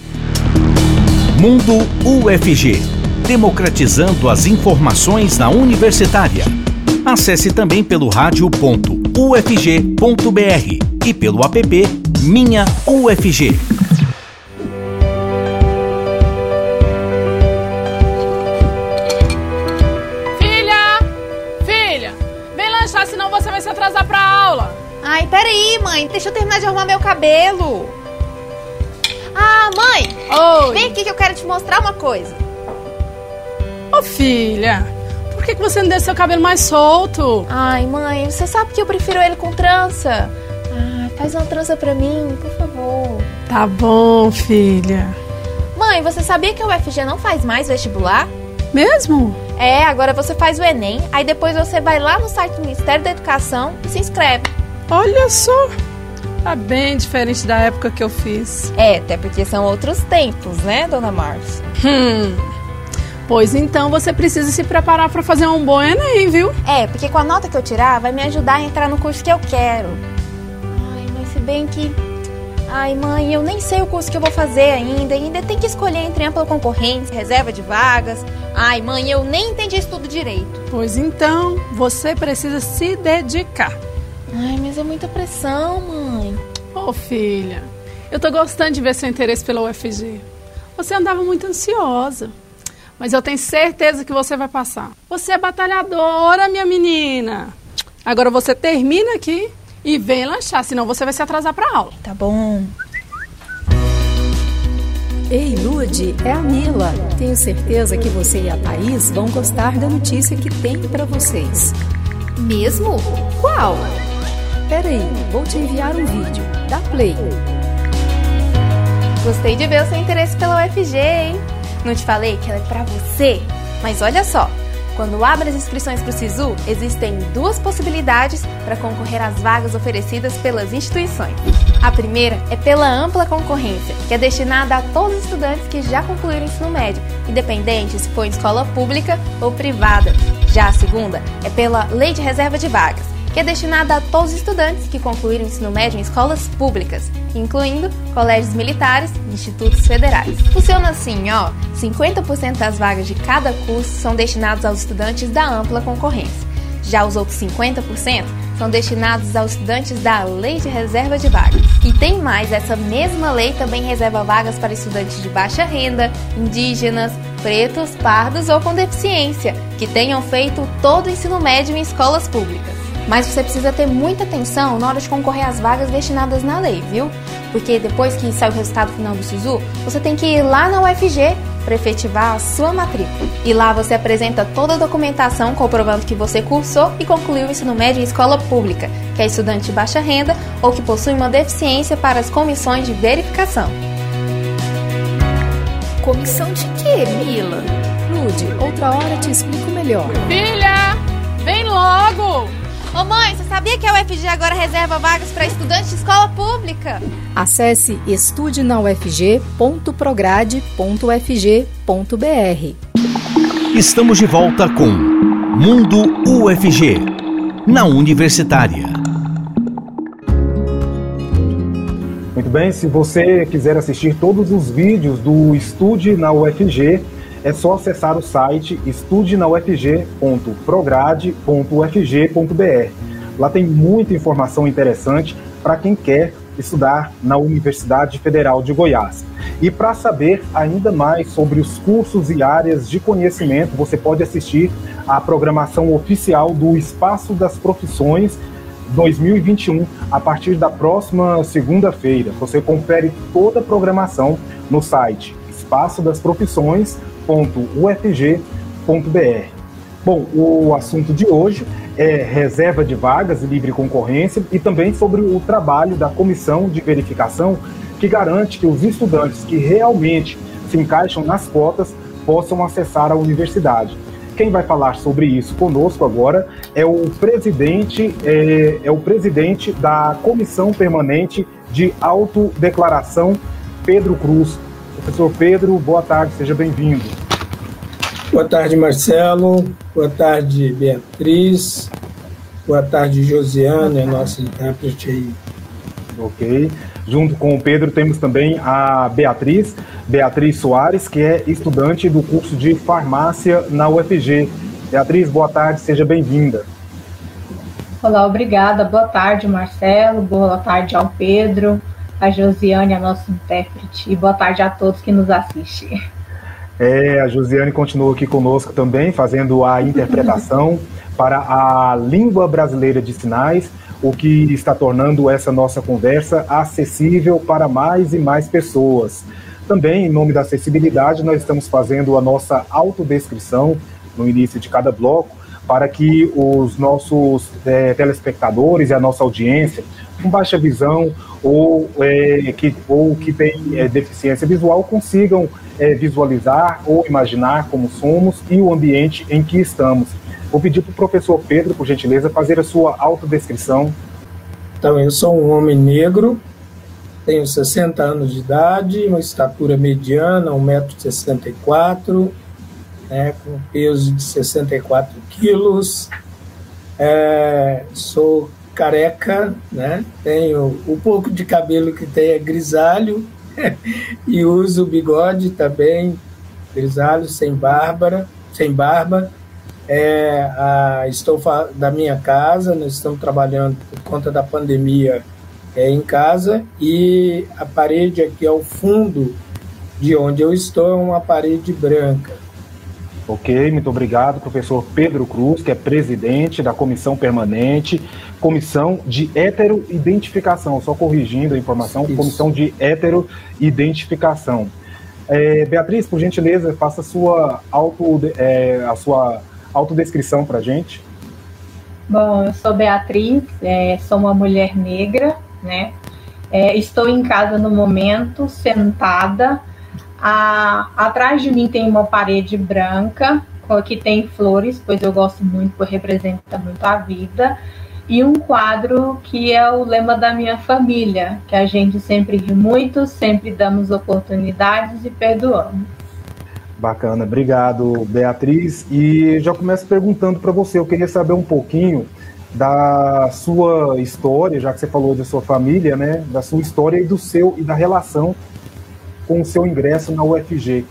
Mundo U F G, democratizando as informações na universitária. Acesse também pelo rádio ponto u f g ponto b r e pelo app Minha U F G. Filha! Filha! Vem lanchar, senão você vai se atrasar pra aula. Ai, peraí, mãe. Deixa eu terminar de arrumar meu cabelo. Ah, mãe! Oi! Vem aqui que eu quero te mostrar uma coisa. Ô, oh, filha, por que você não deixa seu cabelo mais solto? Ai, mãe, você sabe que eu prefiro ele com trança. Ah, faz uma trança pra mim, por favor. Tá bom, filha. Mãe, você sabia que a U F G não faz mais vestibular? Mesmo? É, agora você faz o Enem, aí depois você vai lá no site do Ministério da Educação e se inscreve. Olha só, tá bem diferente da época que eu fiz. É, até porque são outros tempos, né, dona Márcia? Hum, pois então você precisa se preparar para fazer um bom Enem, viu? É, porque com a nota que eu tirar vai me ajudar a entrar no curso que eu quero. Ai, mas se bem que... Ai, mãe, eu nem sei o curso que eu vou fazer ainda, e ainda tem que escolher entre ampla concorrência, reserva de vagas. Ai, mãe, eu nem entendi isso tudo direito. Pois então, você precisa se dedicar. Ai, mas é muita pressão, mãe. Ô, oh, filha, eu tô gostando de ver seu interesse pela U F G. Você andava muito ansiosa, mas eu tenho certeza que você vai passar. Você é batalhadora, minha menina. Agora você termina aqui e vem lanchar, senão você vai se atrasar pra aula. Tá bom. Ei, Lude, é a Mila. Tenho certeza que você e a Thaís vão gostar da notícia que tenho pra vocês. Mesmo? Qual? Peraí, vou te enviar um vídeo. Dá play. Gostei de ver o seu interesse pela U F G, hein? Não te falei que ela é pra você? Mas olha só, Quando abre as inscrições para o SISU, existem duas possibilidades para concorrer às vagas oferecidas pelas instituições. A primeira é pela ampla concorrência, que é destinada a todos os estudantes que já concluíram o ensino médio, independente se for em escola pública ou privada. Já a segunda é pela Lei de Reserva de Vagas, que é destinada a todos os estudantes que concluíram o ensino médio em escolas públicas, incluindo colégios militares e institutos federais. Funciona assim, ó, cinquenta por cento das vagas de cada curso são destinados aos estudantes da ampla concorrência. Já os outros cinquenta por cento são destinados aos estudantes da Lei de Reserva de Vagas. E tem mais, essa mesma lei também reserva vagas para estudantes de baixa renda, indígenas, pretos, pardos ou com deficiência, que tenham feito todo o ensino médio em escolas públicas. Mas você precisa ter muita atenção na hora de concorrer às vagas destinadas na lei, viu? Porque depois que sai o resultado final do SISU, você tem que ir lá na U F G para efetivar a sua matrícula. E lá você apresenta toda a documentação comprovando que você cursou e concluiu o ensino médio em escola pública, que é estudante de baixa renda ou que possui uma deficiência para as comissões de verificação. Comissão de quê, Mila? Lude, outra hora te explico melhor. Filha, vem logo! Ô mãe, você sabia que a U F G agora reserva vagas para estudantes de escola pública? Acesse estude na u f g ponto prograde ponto u f g ponto b r. Estamos de volta com Mundo U F G, na Universitária. Muito bem, se você quiser assistir todos os vídeos do Estude na U F G, é só acessar o site estude na u f g ponto prograde ponto u f g ponto b r. Lá tem muita informação interessante para quem quer estudar na Universidade Federal de Goiás. E para saber ainda mais sobre os cursos e áreas de conhecimento, você pode assistir à programação oficial do Espaço das Profissões dois mil e vinte e um, a partir da próxima segunda-feira. Você confere toda a programação no site espaço das profissões ponto u f g ponto b r. Bom, o assunto de hoje é reserva de vagas e livre concorrência e também sobre o trabalho da comissão de verificação que garante que os estudantes que realmente se encaixam nas cotas possam acessar a universidade. Quem vai falar sobre isso conosco agora é o presidente, é, é o presidente da Comissão Permanente de Autodeclaração, Pedro Cruz. Professor Pedro, boa tarde, seja bem-vindo. Boa tarde, Marcelo. Boa tarde, Beatriz. Boa tarde, Josiane, a nossa intérprete aí. Ok. Junto com o Pedro temos também a Beatriz, Beatriz Soares, que é estudante do curso de farmácia na U F G. Beatriz, boa tarde, seja bem-vinda. Olá, obrigada. Boa tarde, Marcelo. Boa tarde ao Pedro, a Josiane, a nossa intérprete, e boa tarde a todos que nos assistem. É, a Josiane continua aqui conosco também, fazendo a interpretação para a língua brasileira de sinais, o que está tornando essa nossa conversa acessível para mais e mais pessoas. Também, em nome da acessibilidade, nós estamos fazendo a nossa autodescrição no início de cada bloco, para que os nossos é, telespectadores e a nossa audiência com baixa visão ou, é, que, ou que tem é, deficiência visual consigam é, visualizar ou imaginar como somos e o ambiente em que estamos. Vou pedir para o professor Pedro, por gentileza, fazer a sua autodescrição. Então, eu sou um homem negro, tenho sessenta anos de idade, uma estatura mediana, um metro e sessenta e quatro, né, com peso de sessenta e quatro quilos, é, sou careca, né, tenho o pouco de cabelo que tem é grisalho, e uso bigode também, grisalho, sem barba, sem barba. É, a, estou da minha casa, nós estamos trabalhando por conta da pandemia é, em casa, e a parede aqui ao fundo de onde eu estou é uma parede branca. Ok, muito obrigado, professor Pedro Cruz, que é presidente da Comissão Permanente, Comissão de Heteroidentificação, só corrigindo a informação, Isso. Comissão de Heteroidentificação. É, Beatriz, por gentileza, faça a sua, auto, é, a sua autodescrição para a gente. Bom, eu sou Beatriz, é, sou uma mulher negra, né? É, estou em casa no momento, sentada. A, atrás de mim tem uma parede branca que tem flores, pois eu gosto muito, porque representa muito a vida. E um quadro que é o lema da minha família, que a gente sempre ri muito, sempre damos oportunidades e perdoamos. Bacana, obrigado, Beatriz. E já começo perguntando para você, eu queria saber um pouquinho da sua história, já que você falou da sua família, né, da sua história e do seu e da relação com o seu ingresso na U F G.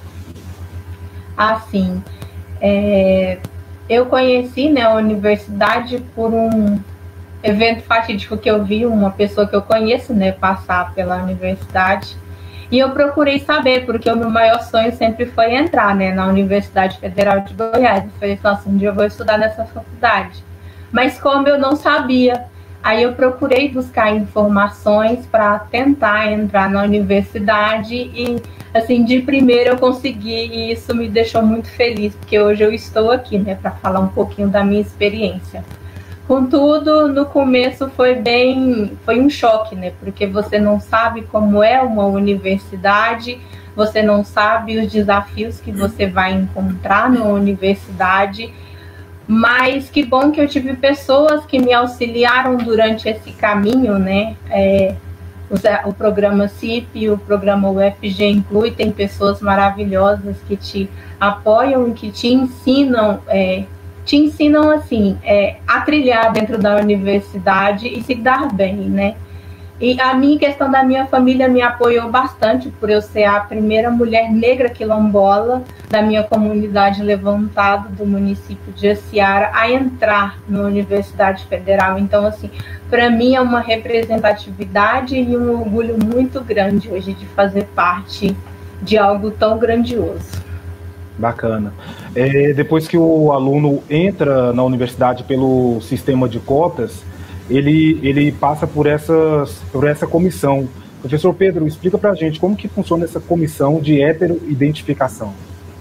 Ah, sim. É, eu conheci, né, a universidade por um evento fatídico que eu vi uma pessoa que eu conheço, né, passar pela universidade, e eu procurei saber, porque o meu maior sonho sempre foi entrar, né, na Universidade Federal de Goiás. Eu falei, nossa, um dia eu vou estudar nessa faculdade. Mas como eu não sabia, aí eu procurei buscar informações para tentar entrar na universidade e, assim, de primeira eu consegui, e isso me deixou muito feliz, porque hoje eu estou aqui, né, para falar um pouquinho da minha experiência. Contudo, no começo foi bem, foi um choque, né? Porque você não sabe como é uma universidade, você não sabe os desafios que você vai encontrar na universidade, mas que bom que eu tive pessoas que me auxiliaram durante esse caminho, né? É, o, o programa C I P, o programa U F G Inclui, tem pessoas maravilhosas que te apoiam e que te ensinam, é, te ensinam assim, é, a trilhar dentro da universidade e se dar bem, né? E a minha questão da minha família me apoiou bastante por eu ser a primeira mulher negra quilombola da minha comunidade levantada do município de Jaciara a entrar na Universidade Federal. Então, assim, para mim é uma representatividade e um orgulho muito grande hoje de fazer parte de algo tão grandioso. Bacana. É, depois que o aluno entra na universidade pelo sistema de cotas, ele, ele passa por, essas, por essa comissão. Professor Pedro, explica para a gente como que funciona essa comissão de heteroidentificação.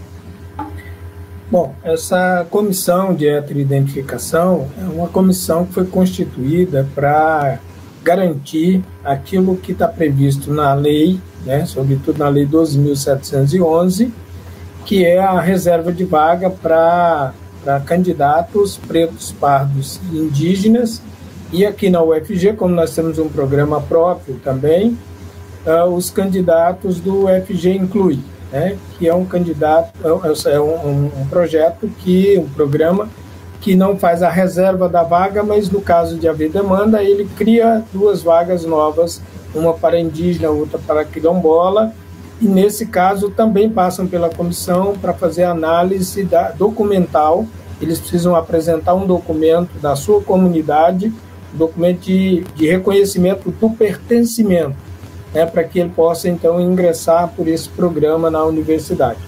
Bom, essa comissão de heteroidentificação é uma comissão que foi constituída para garantir aquilo que está previsto na lei, né, sobretudo na lei doze mil setecentos e onze, que é a reserva de vaga para candidatos pretos, pardos e indígenas. E aqui na U F G, como nós temos um programa próprio também, uh, os candidatos do U F G Inclui, né, que é um candidato, é um, um projeto, que, um programa que não faz a reserva da vaga, mas no caso de haver demanda, ele cria duas vagas novas, uma para indígena, outra para quilombola, e nesse caso também passam pela comissão para fazer análise da, documental. Eles precisam apresentar um documento da sua comunidade, documento de, de reconhecimento do pertencimento, né, para que ele possa, então, ingressar por esse programa na universidade.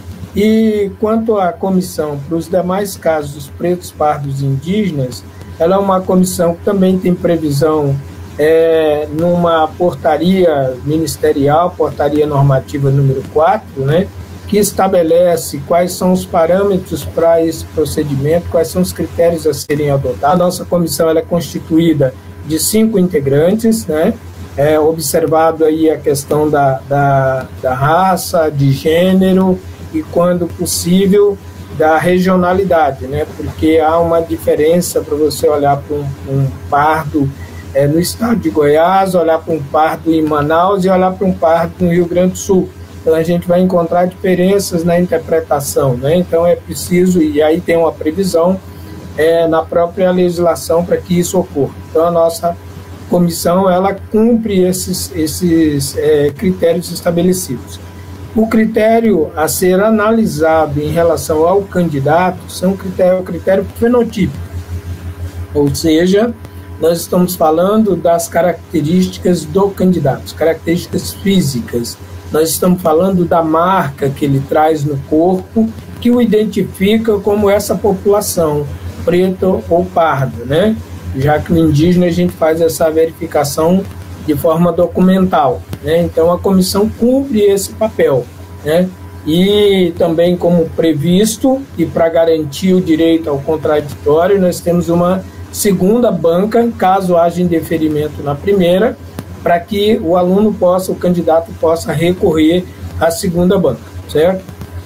E quanto à comissão, para os demais casos dos pretos, pardos e indígenas, ela é uma comissão que também tem previsão é, numa portaria ministerial, portaria normativa número quatro, né, que estabelece quais são os parâmetros para esse procedimento, quais são os critérios a serem adotados. A nossa comissão ela é constituída de cinco integrantes, né? É observado aí a questão da, da, da raça, de gênero e, quando possível, da regionalidade, né? Porque há uma diferença para você olhar para um, um pardo é, no estado de Goiás, olhar para um pardo em Manaus e olhar para um pardo no Rio Grande do Sul. Então, a gente vai encontrar diferenças na interpretação, né? Então, é preciso, e aí tem uma previsão é, na própria legislação para que isso ocorra. Então, a nossa comissão, ela cumpre esses, esses é, critérios estabelecidos. O critério a ser analisado em relação ao candidato são critério, critério fenotípico, ou seja, nós estamos falando das características do candidato, características físicas. Nós estamos falando da marca que ele traz no corpo, que o identifica como essa população, preto ou pardo, né? Já que no indígena a gente faz essa verificação de forma documental, né? Então a comissão cumpre esse papel, né? E também, como previsto, e para garantir o direito ao contraditório, nós temos uma segunda banca, caso haja indeferimento na primeira, para que o aluno possa, o candidato possa recorrer à segunda banca, certo?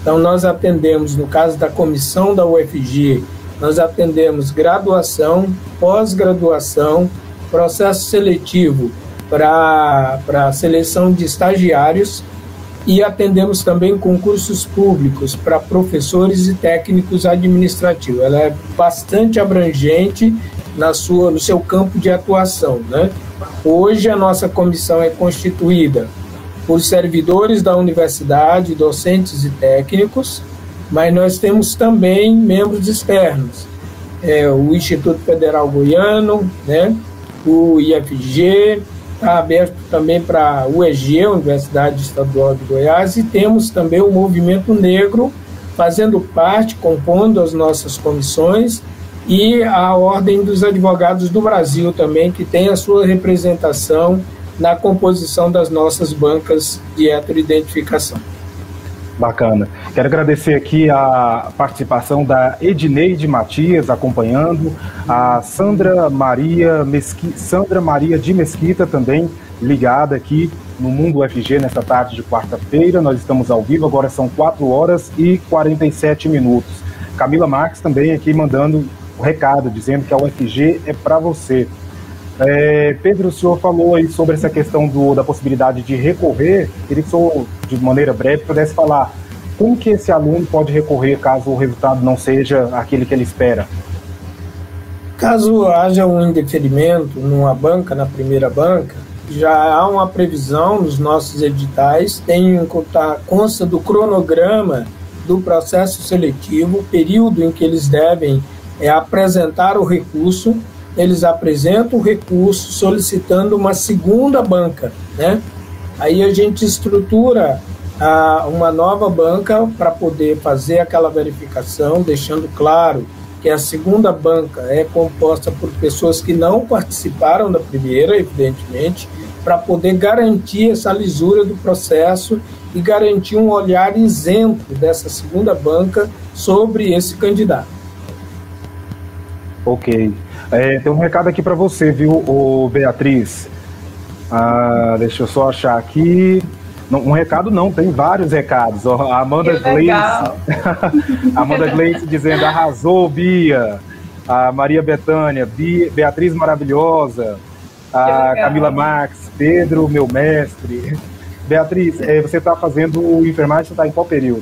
Então, nós atendemos, no caso da comissão da U F G, nós atendemos graduação, pós-graduação, processo seletivo para a seleção de estagiários e atendemos também concursos públicos para professores e técnicos administrativos. Ela é bastante abrangente na sua, no seu campo de atuação, né? Hoje a nossa comissão é constituída por servidores da universidade, docentes e técnicos, mas nós temos também membros externos, é, o Instituto Federal Goiano, né, o I F G, está aberto também para a U E G, Universidade Estadual de Goiás, e temos também o Movimento Negro fazendo parte, compondo as nossas comissões, e a Ordem dos Advogados do Brasil também, que tem a sua representação na composição das nossas bancas de heteroidentificação. Bacana. Quero agradecer aqui a participação da Edneide Matias acompanhando, a Sandra Maria, Mesqui... Sandra Maria de Mesquita também ligada aqui no Mundo U F G nesta tarde de quarta-feira. Nós estamos ao vivo, agora são quatro horas e quarenta e sete minutos. Camila Marques também aqui mandando o recado, dizendo que a U F G é para você. É, Pedro, o senhor falou aí sobre essa questão do, da possibilidade de recorrer. Queria que o senhor, de maneira breve, pudesse falar como que esse aluno pode recorrer caso o resultado não seja aquele que ele espera. Caso haja um indeferimento numa banca, na primeira banca, já há uma previsão nos nossos editais, tem, consta do cronograma do processo seletivo, o período em que eles devem é, apresentar o recurso. Eles apresentam o recurso solicitando uma segunda banca, né? Aí a gente estrutura a, uma nova banca para poder fazer aquela verificação, deixando claro que a segunda banca é composta por pessoas que não participaram da primeira, evidentemente, para poder garantir essa lisura do processo e garantir um olhar isento dessa segunda banca sobre esse candidato. Ok. É, tem um recado aqui para você, viu, ô Beatriz? Ah, deixa eu só achar aqui. Não, um recado não, tem vários recados. Ó, a Amanda Gleice. Amanda Gleice dizendo: arrasou, Bia. A Maria Betânia, Bia, Beatriz maravilhosa. A Camila Marques, Pedro, meu mestre. Beatriz, é, você está fazendo enfermagem, você está em qual período?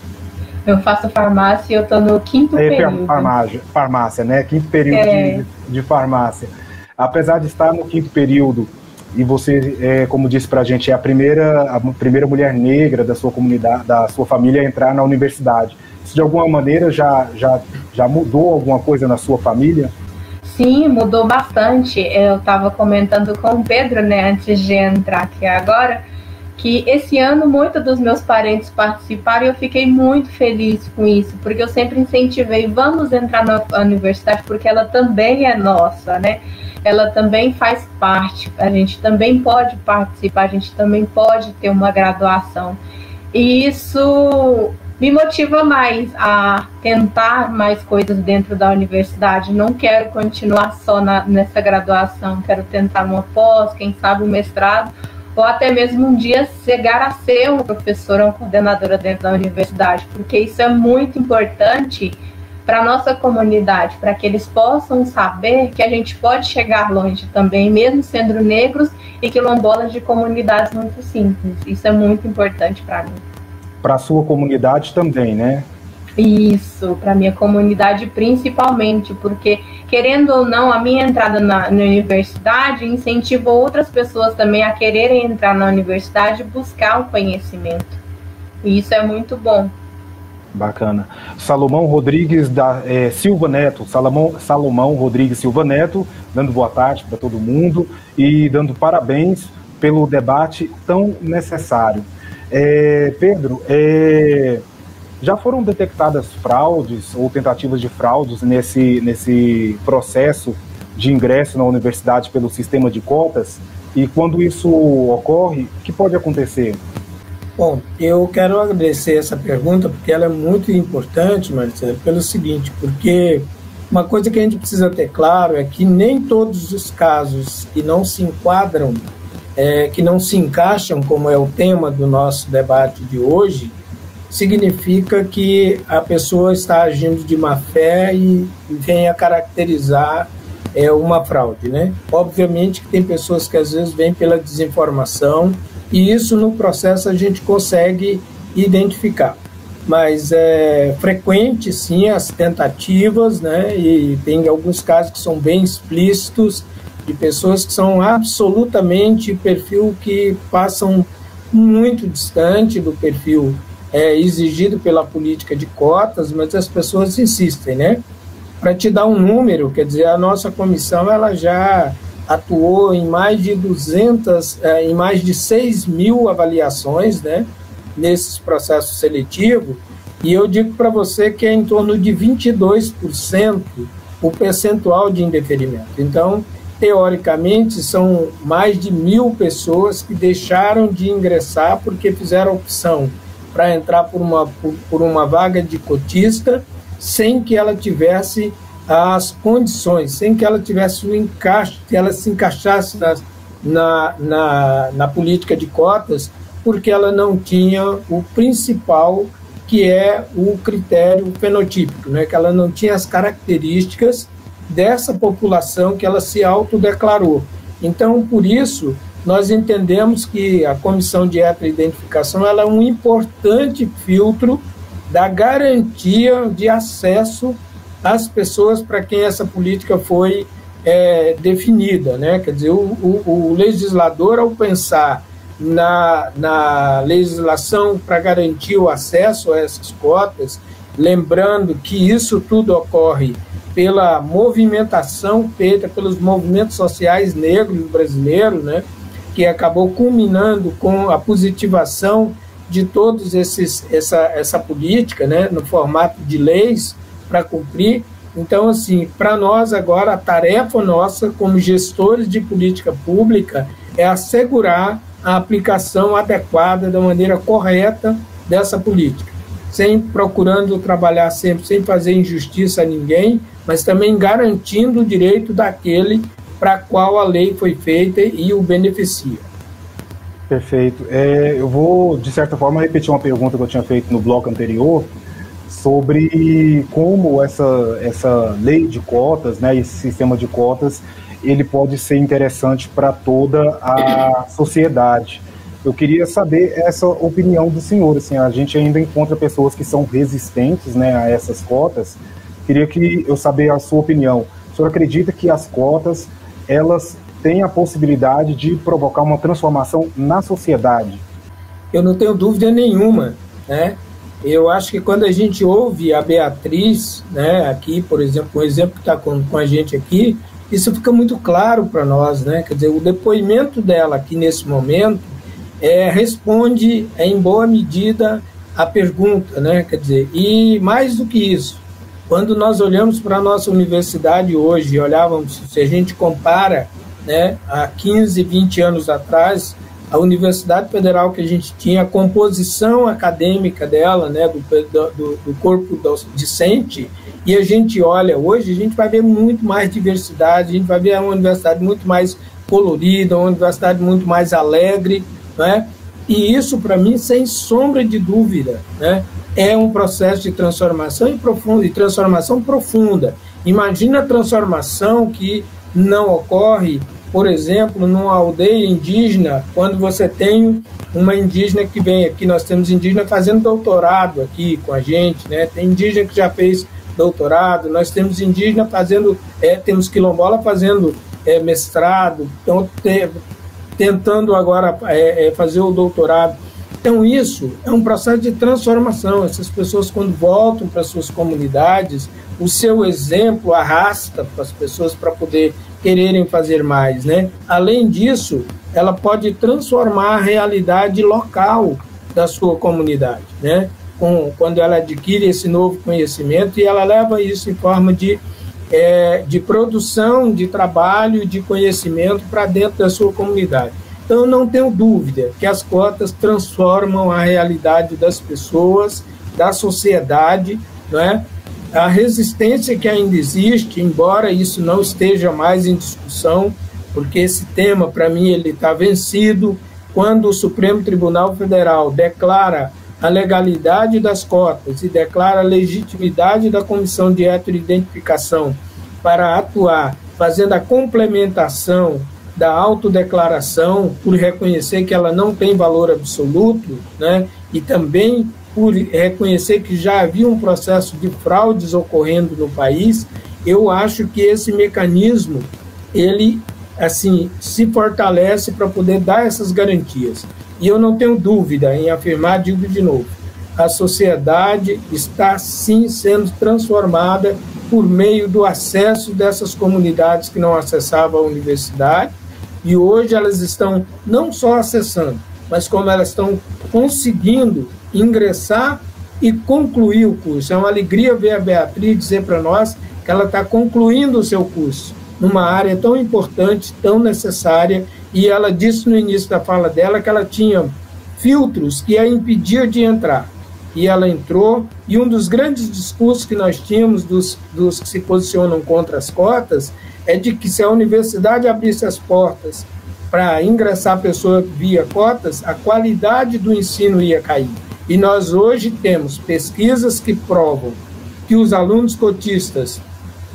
Eu faço farmácia e eu estou no quinto é, período. Farmácia, farmácia, né? Quinto período é. de, de farmácia. Apesar de estar no quinto período, e você, é, como disse pra gente, é a primeira, a primeira mulher negra da sua comunidade, da sua família a entrar na universidade. Isso de alguma maneira já, já, já mudou alguma coisa na sua família? Sim, mudou bastante. Eu estava comentando com o Pedro, né, antes de entrar aqui agora, que esse ano muitos dos meus parentes participaram e eu fiquei muito feliz com isso, porque eu sempre incentivei, vamos entrar na universidade, porque ela também é nossa, né? Ela também faz parte, a gente também pode participar, a gente também pode ter uma graduação. E isso me motiva mais a tentar mais coisas dentro da universidade. Não quero continuar só na, nessa graduação, quero tentar uma pós, quem sabe um mestrado, ou até mesmo um dia chegar a ser uma professora, uma coordenadora dentro da universidade, porque isso é muito importante para a nossa comunidade, para que eles possam saber que a gente pode chegar longe também, mesmo sendo negros e quilombolas de comunidades muito simples. Isso é muito importante para mim. Para a sua comunidade também, né? Isso, para a minha comunidade principalmente, porque, querendo ou não, a minha entrada na, na universidade incentivou outras pessoas também a quererem entrar na universidade e buscar o conhecimento. E isso é muito bom. Bacana. Salomão Rodrigues da é, Silva Neto, Salomão, Salomão Rodrigues Silva Neto, dando boa tarde para todo mundo e dando parabéns pelo debate tão necessário. É, Pedro, é, já foram detectadas fraudes ou tentativas de fraudes nesse, nesse processo de ingresso na universidade pelo sistema de cotas? E quando isso ocorre, o que pode acontecer? Bom, eu quero agradecer essa pergunta porque ela é muito importante, Marcelo, pelo seguinte, porque uma coisa que a gente precisa ter claro é que nem todos os casos que não se enquadram, é, que não se encaixam, como é o tema do nosso debate de hoje, significa que a pessoa está agindo de má fé e vem a caracterizar é, uma fraude, né? Obviamente que tem pessoas que às vezes vêm pela desinformação e isso no processo a gente consegue identificar. Mas é frequente, sim, as tentativas, né? E tem alguns casos que são bem explícitos, de pessoas que são absolutamente perfil que passam muito distante do perfil é, exigido pela política de cotas, mas as pessoas insistem, né? Para te dar um número, quer dizer, a nossa comissão ela já atuou em mais de duzentas, é, em mais de seis mil avaliações, né? Nesses processos seletivos, e eu digo para você que é em torno de vinte e dois por cento o percentual de indeferimento. Então, teoricamente, são mais de mil pessoas que deixaram de ingressar porque fizeram opção para entrar por uma, por, por uma vaga de cotista sem que ela tivesse as condições, sem que ela tivesse o encaixe, que ela se encaixasse na, na, na, na política de cotas, porque ela não tinha o principal, que é o critério fenotípico, né? Que ela não tinha as características dessa população que ela se autodeclarou. Então, por isso, nós entendemos que a Comissão de Heteroidentificação ela é um importante filtro da garantia de acesso às pessoas para quem essa política foi é, definida, né? Quer dizer, o, o, o legislador, ao pensar Na, na legislação para garantir o acesso a essas cotas, lembrando que isso tudo ocorre pela movimentação feita pelos movimentos sociais negros brasileiros, né, que acabou culminando com a positivação de todos esses essa, essa política, né, no formato de leis para cumprir. Então, assim, para nós agora a tarefa nossa como gestores de política pública é assegurar a aplicação adequada da maneira correta dessa política, sem procurando trabalhar sempre, sem fazer injustiça a ninguém, mas também garantindo o direito daquele para qual a lei foi feita e o beneficia. Perfeito. É, eu vou, de certa forma, repetir uma pergunta que eu tinha feito no bloco anterior sobre como essa, essa lei de cotas, né, esse sistema de cotas, ele pode ser interessante para toda a sociedade. Eu queria saber essa opinião do senhor. Assim, a gente ainda encontra pessoas que são resistentes, né, a essas cotas. Queria que eu saber a sua opinião. O senhor acredita que as cotas elas têm a possibilidade de provocar uma transformação na sociedade? Eu não tenho dúvida nenhuma, né? Eu acho que quando a gente ouve a Beatriz, né, aqui, por exemplo, um exemplo que está com, com a gente aqui, isso fica muito claro para nós, né? Quer dizer, o depoimento dela aqui nesse momento é, responde, é, em boa medida, a pergunta, né? Quer dizer, e mais do que isso, quando nós olhamos para a nossa universidade hoje, olhávamos, se a gente compara, né, há quinze, vinte anos atrás, a Universidade Federal que a gente tinha, a composição acadêmica dela, né, do, do, do corpo docente, e a gente olha hoje, a gente vai ver muito mais diversidade, a gente vai ver uma universidade muito mais colorida, uma universidade muito mais alegre, né? E isso, para mim, sem sombra de dúvida, né, é um processo de transformação e, profunda, e transformação profunda. Imagina a transformação que não ocorre, por exemplo, numa aldeia indígena, quando você tem uma indígena que vem aqui, nós temos indígena fazendo doutorado aqui com a gente, né? Tem indígena que já fez doutorado, nós temos indígena fazendo, é, temos quilombola fazendo é, mestrado, então, te, tentando agora é, é, fazer o doutorado. Então isso é um processo de transformação. Essas pessoas, quando voltam para suas comunidades, o seu exemplo arrasta para as pessoas para poder quererem fazer mais, né? Além disso, ela pode transformar a realidade local da sua comunidade, né? Com, quando ela adquire esse novo conhecimento e ela leva isso em forma de, é, de produção, de trabalho, de conhecimento para dentro da sua comunidade. Então, não tenho dúvida que as cotas transformam a realidade das pessoas, da sociedade, né? A resistência que ainda existe, embora isso não esteja mais em discussão, porque esse tema, para mim, ele está vencido. Quando o Supremo Tribunal Federal declara a legalidade das cotas e declara a legitimidade da Comissão de Heteroidentificação para atuar, fazendo a complementação da autodeclaração, por reconhecer que ela não tem valor absoluto, né? E também por reconhecer que já havia um processo de fraudes ocorrendo no país, eu acho que esse mecanismo, ele, assim, se fortalece para poder dar essas garantias. E eu não tenho dúvida em afirmar, digo de novo, a sociedade está, sim, sendo transformada por meio do acesso dessas comunidades que não acessavam a universidade, e hoje elas estão não só acessando, mas como elas estão conseguindo ingressar e concluir o curso. É uma alegria ver a Beatriz dizer para nós que ela está concluindo o seu curso numa área tão importante, tão necessária, e ela disse no início da fala dela que ela tinha filtros que a impediam de entrar. E ela entrou, e um dos grandes discursos que nós tínhamos dos, dos que se posicionam contra as cotas é de que se a universidade abrisse as portas para ingressar a pessoa via cotas, a qualidade do ensino ia cair. E nós hoje temos pesquisas que provam que os alunos cotistas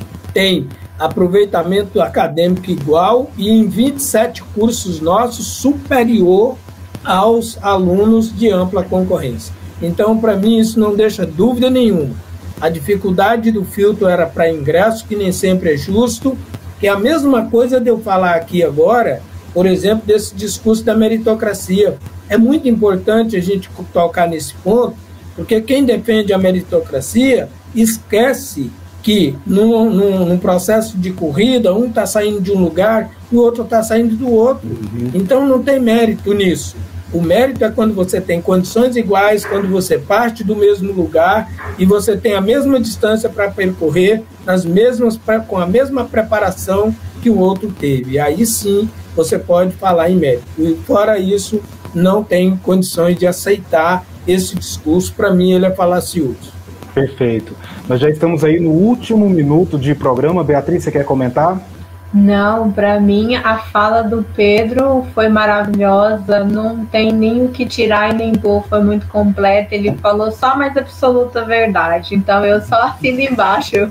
têm aproveitamento acadêmico igual e em vinte e sete cursos nossos superior aos alunos de ampla concorrência. Então, para mim, isso não deixa dúvida nenhuma. A dificuldade do filtro era para ingresso, que nem sempre é justo, que é a mesma coisa de eu falar aqui agora, por exemplo, desse discurso da meritocracia. É muito importante a gente tocar nesse ponto, porque quem defende a meritocracia esquece que num, num, num processo de corrida, um está saindo de um lugar e o outro está saindo do outro. Uhum. Então não tem mérito nisso. O mérito é quando você tem condições iguais, quando você parte do mesmo lugar e você tem a mesma distância para percorrer, nas mesmas, com a mesma preparação que o outro teve. Aí sim você pode falar em mérito. E fora isso, não tem condições de aceitar esse discurso. Para mim, ele é falacioso. Perfeito. Nós já estamos aí no último minuto de programa. Beatriz, você quer comentar? Não, para mim a fala do Pedro foi maravilhosa, não tem nem o que tirar e nem pôr, foi muito completa, ele falou só a mais absoluta verdade, então eu só assino embaixo.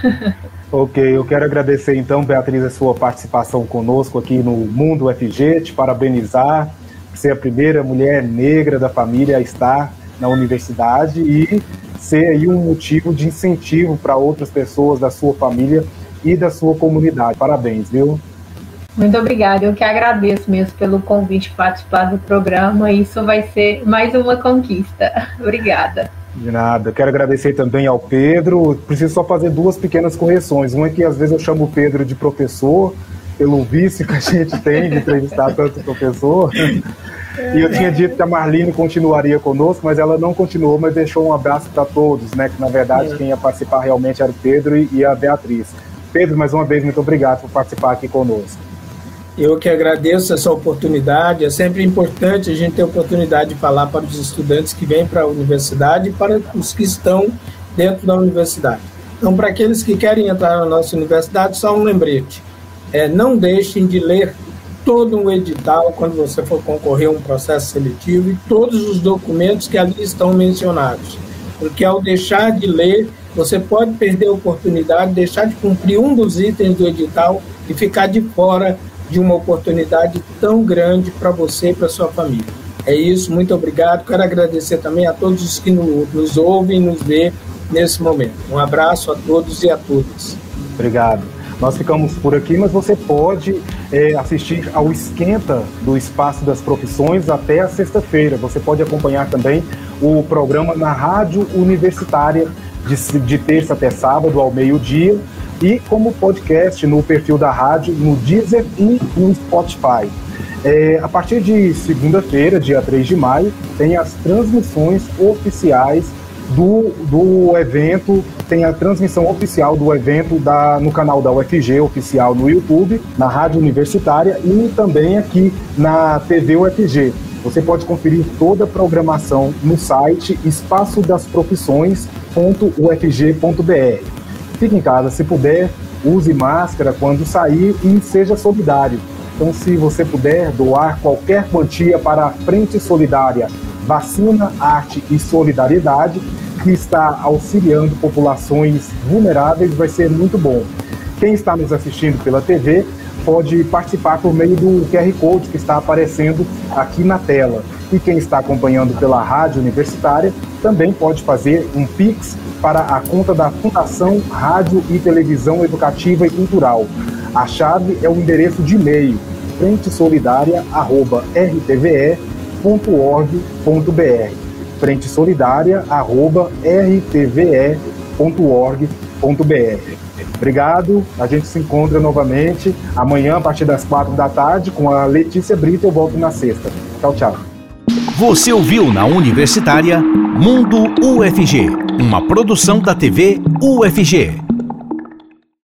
Ok, eu quero agradecer então, Beatriz, a sua participação conosco aqui no Mundo U F G, te parabenizar por ser a primeira mulher negra da família a estar na universidade e ser aí um motivo de incentivo para outras pessoas da sua família e da sua comunidade. Parabéns, viu? Muito obrigada, eu que agradeço mesmo pelo convite para participar do programa, isso vai ser mais uma conquista. Obrigada. De nada, quero agradecer também ao Pedro, preciso só fazer duas pequenas correções, uma é que às vezes eu chamo o Pedro de professor, pelo vício que a gente tem de entrevistar tanto professor, e eu tinha dito que a Marlene continuaria conosco, mas ela não continuou, mas deixou um abraço para todos, né, que na verdade quem ia participar realmente era o Pedro e a Beatriz. Pedro, mais uma vez, muito obrigado por participar aqui conosco. Eu que agradeço essa oportunidade. É sempre importante a gente ter a oportunidade de falar para os estudantes que vêm para a universidade e para os que estão dentro da universidade. Então, para aqueles que querem entrar na nossa universidade, só um lembrete. É, não deixem de ler todo um edital quando você for concorrer a um processo seletivo e todos os documentos que ali estão mencionados. Porque ao deixar de ler, você pode perder a oportunidade, deixar de cumprir um dos itens do edital e ficar de fora de uma oportunidade tão grande para você e para sua família. É isso, muito obrigado. Quero agradecer também a todos os que nos ouvem e nos vê nesse momento. Um abraço a todos e a todas. Obrigado. Nós ficamos por aqui, mas você pode é, assistir ao Esquenta do Espaço das Profissões até a sexta-feira. Você pode acompanhar também o programa na Rádio Universitária de, de terça até sábado ao meio-dia e como podcast no perfil da rádio, no Deezer e no Spotify. É, a partir de segunda-feira, dia três de maio, tem as transmissões oficiais do, do evento, tem a transmissão oficial do evento da, no canal da U F G, oficial no YouTube, na Rádio Universitária e também aqui na T V U F G. Você pode conferir toda a programação no site espaço das profissões ponto u f g ponto b r. Fique em casa, se puder, use máscara quando sair e seja solidário. Então, se você puder doar qualquer quantia para a Frente Solidária Vacina, Arte e Solidariedade, que está auxiliando populações vulneráveis, vai ser muito bom. Quem está nos assistindo pela T V pode participar por meio do Q R Code que está aparecendo aqui na tela. E quem está acompanhando pela rádio universitária também pode fazer um Pix para a conta da Fundação Rádio e Televisão Educativa e Cultural. A chave é o endereço de e-mail frente solidária arroba r t v e ponto org ponto b r frente solidária arroba r t v e ponto org ponto b r. Obrigado, a gente se encontra novamente amanhã a partir das quatro da tarde com a Letícia Brito. Eu volto na sexta. Tchau, tchau. Você ouviu na Universitária Mundo U F G, uma produção da T V U F G.